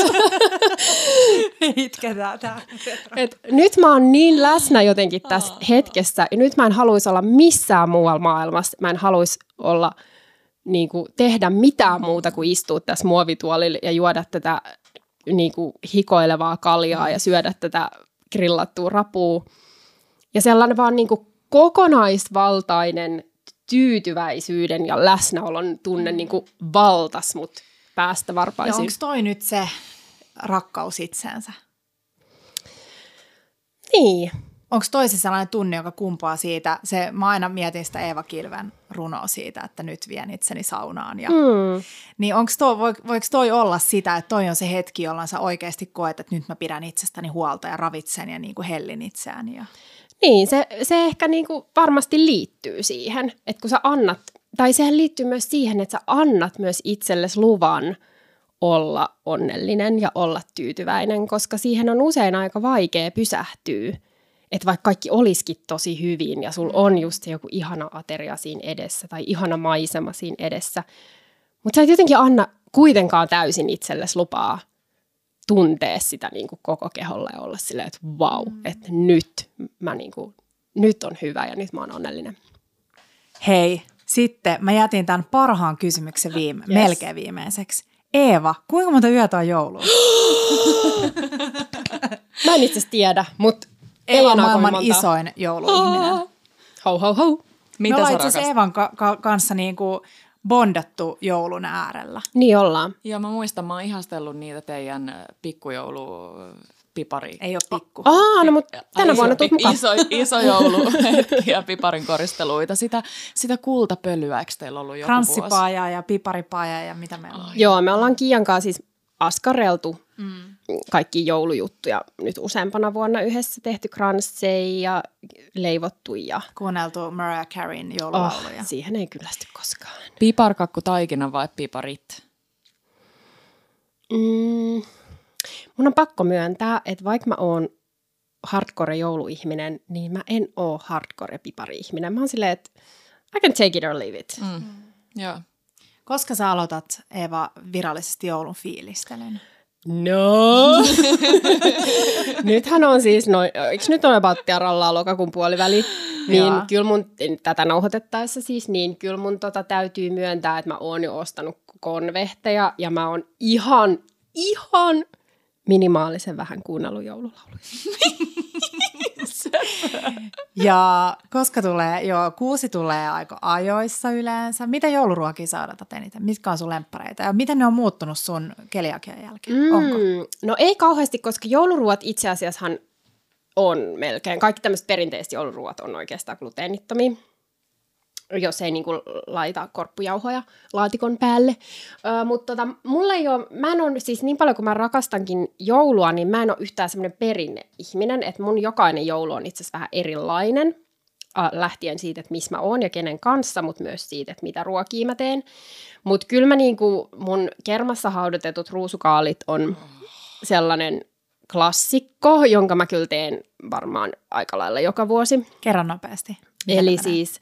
A: itketään tää.
C: Nyt mä oon niin läsnä jotenkin tässä hetkessä ja nyt mä en haluaisi olla missään muualla maailmassa. Mä en haluaisi olla niinku tehdä mitään muuta kuin istua tässä muovituolilla ja juoda tätä niinku hikoilevaa kaljaa ja syödä tätä grillattua rapua. Ja sellainen vaan niinku kokonaisvaltainen tyytyväisyyden ja läsnäolon tunne niinku valtas mut päästä varpaisiin.
A: Ja onko toi nyt se rakkaus itseensä?
C: Niin.
A: Onko toi se sellainen tunne, joka kumpaa siitä? Mä aina mietin sitä Eeva Kilven runoa siitä, että nyt vien itseni saunaan. Niin voiko toi olla sitä, että toi on se hetki, jolloin sä oikeasti koet, että nyt mä pidän itsestäni huolta ja ravitsen ja niin kuin hellin itseäni?
C: Niin, se ehkä niin kuin varmasti liittyy siihen, että kun sä annat, tai sehän liittyy myös siihen, että sä annat myös itsellesi luvan olla onnellinen ja olla tyytyväinen, koska siihen on usein aika vaikea pysähtyä. Että vaikka kaikki olisikin tosi hyvin ja sulla on just se joku ihana ateria siinä edessä tai ihana maisema siinä edessä, mutta sä et jotenkin anna kuitenkaan täysin itsellesi lupaa tuntea sitä niin kuin koko keholla ja olla silleen, että vau, että nyt on hyvä ja nyt mä oon onnellinen.
A: Hei, sitten mä jätin tämän parhaan kysymyksen melkein viimeiseksi. Eeva, kuinka monta yötä on joulua?
C: Mä en itse asiassa tiedä, mutta
A: Eeva on maailman isoin jouluihminen.
C: Ho ho ho.
A: Me ollaan itse asiassa Eevan kanssa niinku bondattu joulun äärellä.
C: Niin ollaan.
B: Joo, mä muistan, mä oon ihastellut niitä teidän pikkujoulupipari.
A: Ei ole pikku.
C: No mutta tänä vuonna tulet mukaan.
B: Iso joulu ja piparin koristeluita. Sitä kultapölyä, eikö teillä ollut joku vuosi?
A: Kranssipaaja ja piparipaaja ja mitä meillä on.
C: Joo, me ollaan Kiian kanssa siis askareltu kaikki joulujuttuja nyt useampana vuonna yhdessä, tehty kransseja ja leivottu ja
A: kuunneltu Mariah Careyn joululauluja.
C: Siihen ei kyllästy koskaan.
B: Piparkakku taikina vai piparit?
C: Mun on pakko myöntää, että vaikka mä oon hardcore jouluihminen, niin mä en oo hardcore pipari-ihminen. Mä oon silleen, että I can take it or leave it.
B: Joo.
A: Koska sä aloitat, Eeva, virallisesti joulun fiilistelyn?
C: No! Nythän on siis, eikö nyt ole Battiaralla lokakuun puoliväli? Niin kyllä mun, tätä nauhoitettaessa siis, niin kyllä mun täytyy myöntää, että mä oon jo ostanut konvehteja ja mä oon ihan minimaalisen vähän kuunnellut joululauluja.
A: Ja koska kuusi tulee aika ajoissa yleensä. Mitä jouluruokia sä odotat eniten? Mitkä on sun lemppareita? Ja miten ne on muuttunut sun keliakian jälkeen? Onko?
C: No ei kauheasti, koska jouluruot itse asiassahan on melkein. Kaikki tämmöiset perinteiset jouluruot on oikeastaan gluteenittomia, jos ei niinku laita korppujauhoja laatikon päälle. Mutta mulla ei ole, mä en ole siis niin paljon kuin mä rakastankin joulua, niin mä en ole yhtään semmoinen perinneihminen, että mun jokainen joulu on itse asiassa vähän erilainen, lähtien siitä, että missä mä oon ja kenen kanssa, mutta myös siitä, että mitä ruokia mä teen. Mutta kyllä mä niinku, mun kermassa haudutetut ruusukaalit on sellainen klassikko, jonka mä kyllä teen varmaan aika lailla joka vuosi.
A: Kerran nopeasti.
C: Eli siis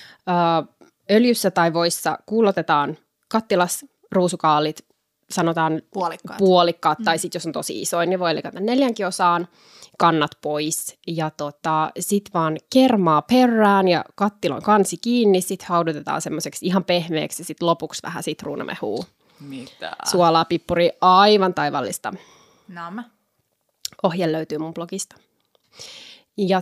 C: öljyssä tai voissa kuulotetaan kattilas ruusukaalit, sanotaan puolikkaat tai sitten jos on tosi isoin, niin voi leikata 4 osaan, kannat pois ja sitten vaan kermaa perään ja kattilon kansi kiinni, sitten haudutetaan semmoiseksi ihan pehmeäksi ja sitten lopuksi vähän sitruunamehua.
B: Mitä?
C: Suolaa, pippuri, aivan taivallista.
A: Naama.
C: Ohje löytyy mun blogista. Ja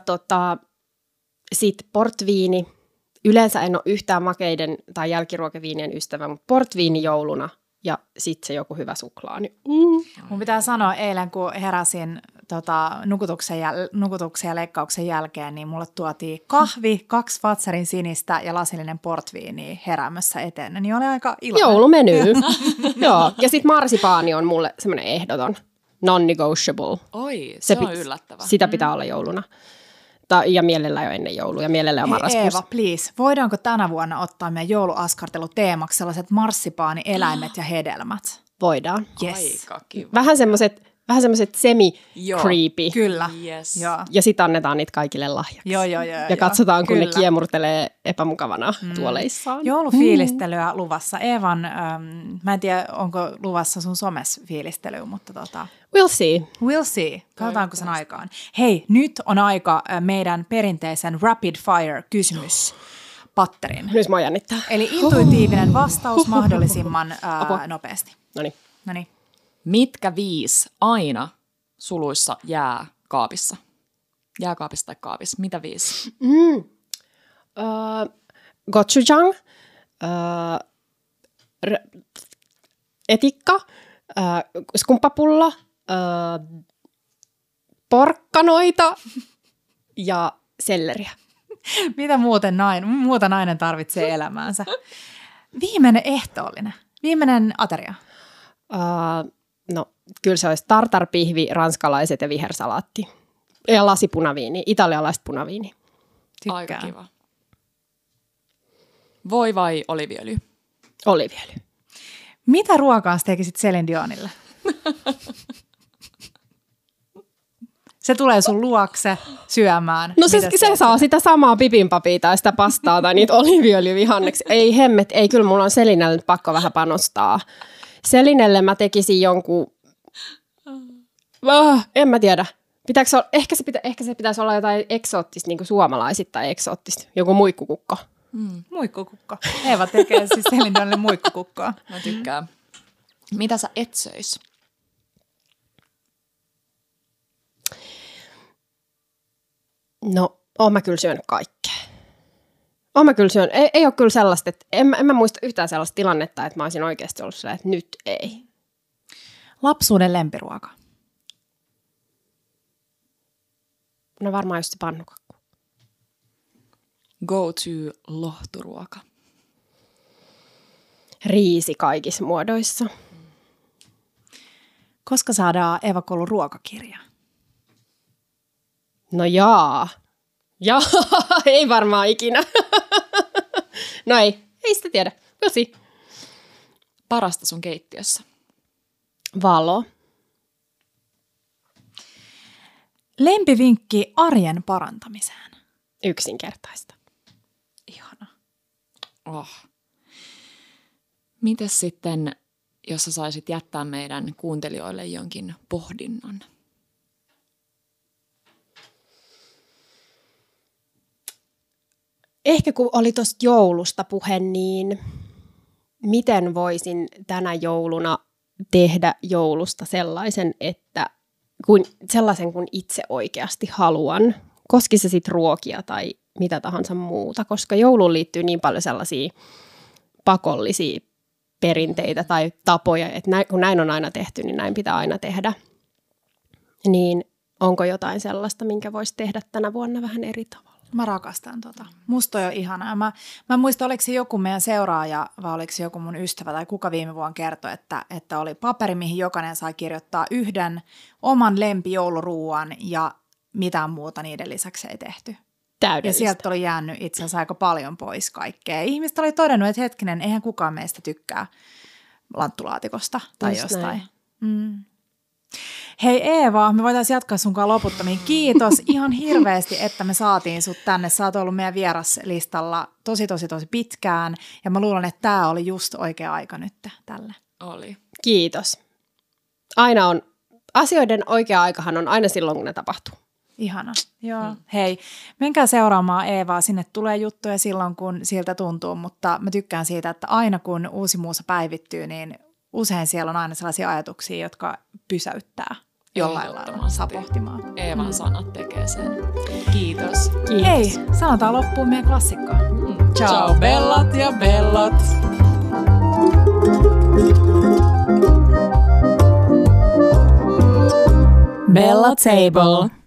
C: sitten portviini. Yleensä en ole yhtään makeiden tai jälkiruokaviinien ystävä, mutta portviini jouluna ja sitten se joku hyvä suklaa. Niin,
A: Mun pitää sanoa, eilen kun heräsin nukutuksen ja leikkauksen jälkeen, niin mulle tuotiin kahvi, 2 Fazerin sinistä ja lasillinen portviiniä heräämässä eteen. Niin oli aika iloinen.
C: Joulumeny. Joo. Ja sitten marsipaani on mulle semmoinen ehdoton, non-negotiable.
B: Oi, se on yllättävää.
C: Sitä pitää olla jouluna. Ja mielellään jo ennen joulua ja mielellään jo marraskuussa.
A: Eeva, please, voidaanko tänä vuonna ottaa meidän jouluaskartelu teemaksi sellaiset marssipaani-eläimet ja hedelmät?
C: Voidaan.
A: Yes.
B: Aika kiva.
C: Vähän semmoiset semi-creepy.
A: Kyllä.
B: Yes.
A: Ja
C: sitten annetaan niitä kaikille lahjaksi.
A: Joo.
C: Ja katsotaan, kun ne kiemurtelee epämukavana tuoleissaan.
A: Joulufiilistelyä luvassa. Eevan, mä en tiedä, onko luvassa sun somes fiilistelyä, mutta
C: We'll see.
A: We'll see. Katsotaanko sen aikaan. Hei, nyt on aika meidän perinteisen rapid fire kysymys patterin.
C: Nyt mua jännittää.
A: Eli intuitiivinen vastaus mahdollisimman nopeasti.
C: Noniin.
B: Mitkä 5 aina suluissa jää kaapissa? Jääkaapissa tai kaapissa? Mitä 5?
C: Gochujang, etikka, skumppapulla, porkkanoita ja selleriä.
A: Mitä muuta nainen tarvitsee elämäänsä? Viimeinen ehtoollinen. Viimeinen ateria.
C: No, kyllä se olisi tartarpihvi, ranskalaiset ja vihersalaatti. Ja lasipunaviini, italialaista punaviini.
A: Tykkään.
B: Aika kiva. Voi vai oliviöljy?
C: Oliviöljy.
A: Mitä ruokaa sä tekisit Celine Dionille? Se tulee sun luokse syömään.
C: No se saa sitä samaa pipinpapia tai sitä pastaa tai niitä oliviöljyvihanneksi. Ei hemmet, ei kyllä mulla on Celinelle nyt pakko vähän panostaa. Celinelle mä tekisin jonkun, en mä tiedä. Ehkä se pitäisi olla jotain eksoottista, niin kuin suomalaisittain eksoottista. Joku muikkukukko.
A: Muikkukukko. Eeva tekee siis Celine Dionille muikkukukkoa.
B: Mä tykkään. Mitä sä et söis?
C: No, oon mä kyllä syönyt kaikkea. Mä kyllä syön. Ei ole kyllä sellaista, että en mä muista yhtään sellaista tilannetta, että mä olisin oikeasti ollut sellainen, että nyt ei.
A: Lapsuuden lempiruoka.
C: No varmaan just se pannukakku.
B: Go to lohturuoka.
C: Riisi kaikissa muodoissa.
A: Koska saadaan Eeva Kollun ruokakirja?
C: No jaa, ei varmaan ikinä. No ei sitä tiedä. We'll see.
B: Parasta sun keittiössä.
C: Valo.
A: Lempivinkki arjen parantamiseen.
C: Yksinkertaista.
A: Ihana.
B: Oh. Mites sitten, jos sä saisit jättää meidän kuuntelijoille jonkin pohdinnon?
C: Ehkä kun oli tuosta joulusta puhe, niin miten voisin tänä jouluna tehdä joulusta sellaisen, että sellaisen kuin itse oikeasti haluan, koski se sitten ruokia tai mitä tahansa muuta, koska jouluun liittyy niin paljon sellaisia pakollisia perinteitä tai tapoja, että kun näin on aina tehty, niin näin pitää aina tehdä. Niin onko jotain sellaista, minkä voisi tehdä tänä vuonna vähän eri tavalla?
A: Mä rakastan tota. Musta on jo ihanaa. Mä muistan, oliko se joku meidän seuraaja vai oliko se joku mun ystävä tai kuka viime vuonna kertoi, että oli paperi, mihin jokainen sai kirjoittaa yhden oman lempijouluruuan ja mitään muuta niiden lisäksi ei tehty.
C: Täydellistä.
A: Ja sieltä oli jäänyt itse asiassa aika paljon pois kaikkea. Ihmiset oli todennut, että hetkinen, eihän kukaan meistä tykkää lanttulaatikosta tai
C: just
A: jostain. Hei Eeva, me voitaisiin jatkaa sunkaan loputtomiin. Kiitos ihan hirveästi, että me saatiin sut tänne. Sä oot ollut meidän vieraslistalla tosi pitkään ja mä luulen, että tää oli just oikea aika nyt tälle.
B: Oli.
C: Kiitos. Aina on, asioiden oikea aikahan on aina silloin, kun ne tapahtuu.
A: Ihana. Joo. Hei, menkää seuraamaan Eevaa. Sinne tulee juttuja silloin, kun siltä tuntuu, mutta mä tykkään siitä, että aina kun Uusi Muusa päivittyy, niin usein siellä on aina sellaisia ajatuksia, jotka pysäyttää jollain lailla saa pohtimaan.
B: Eevan sanat tekee sen. Kiitos.
A: Hei, sanotaan loppuun meidän klassikkoa.
B: Ciao bellat ja bellat.
A: Bella Table.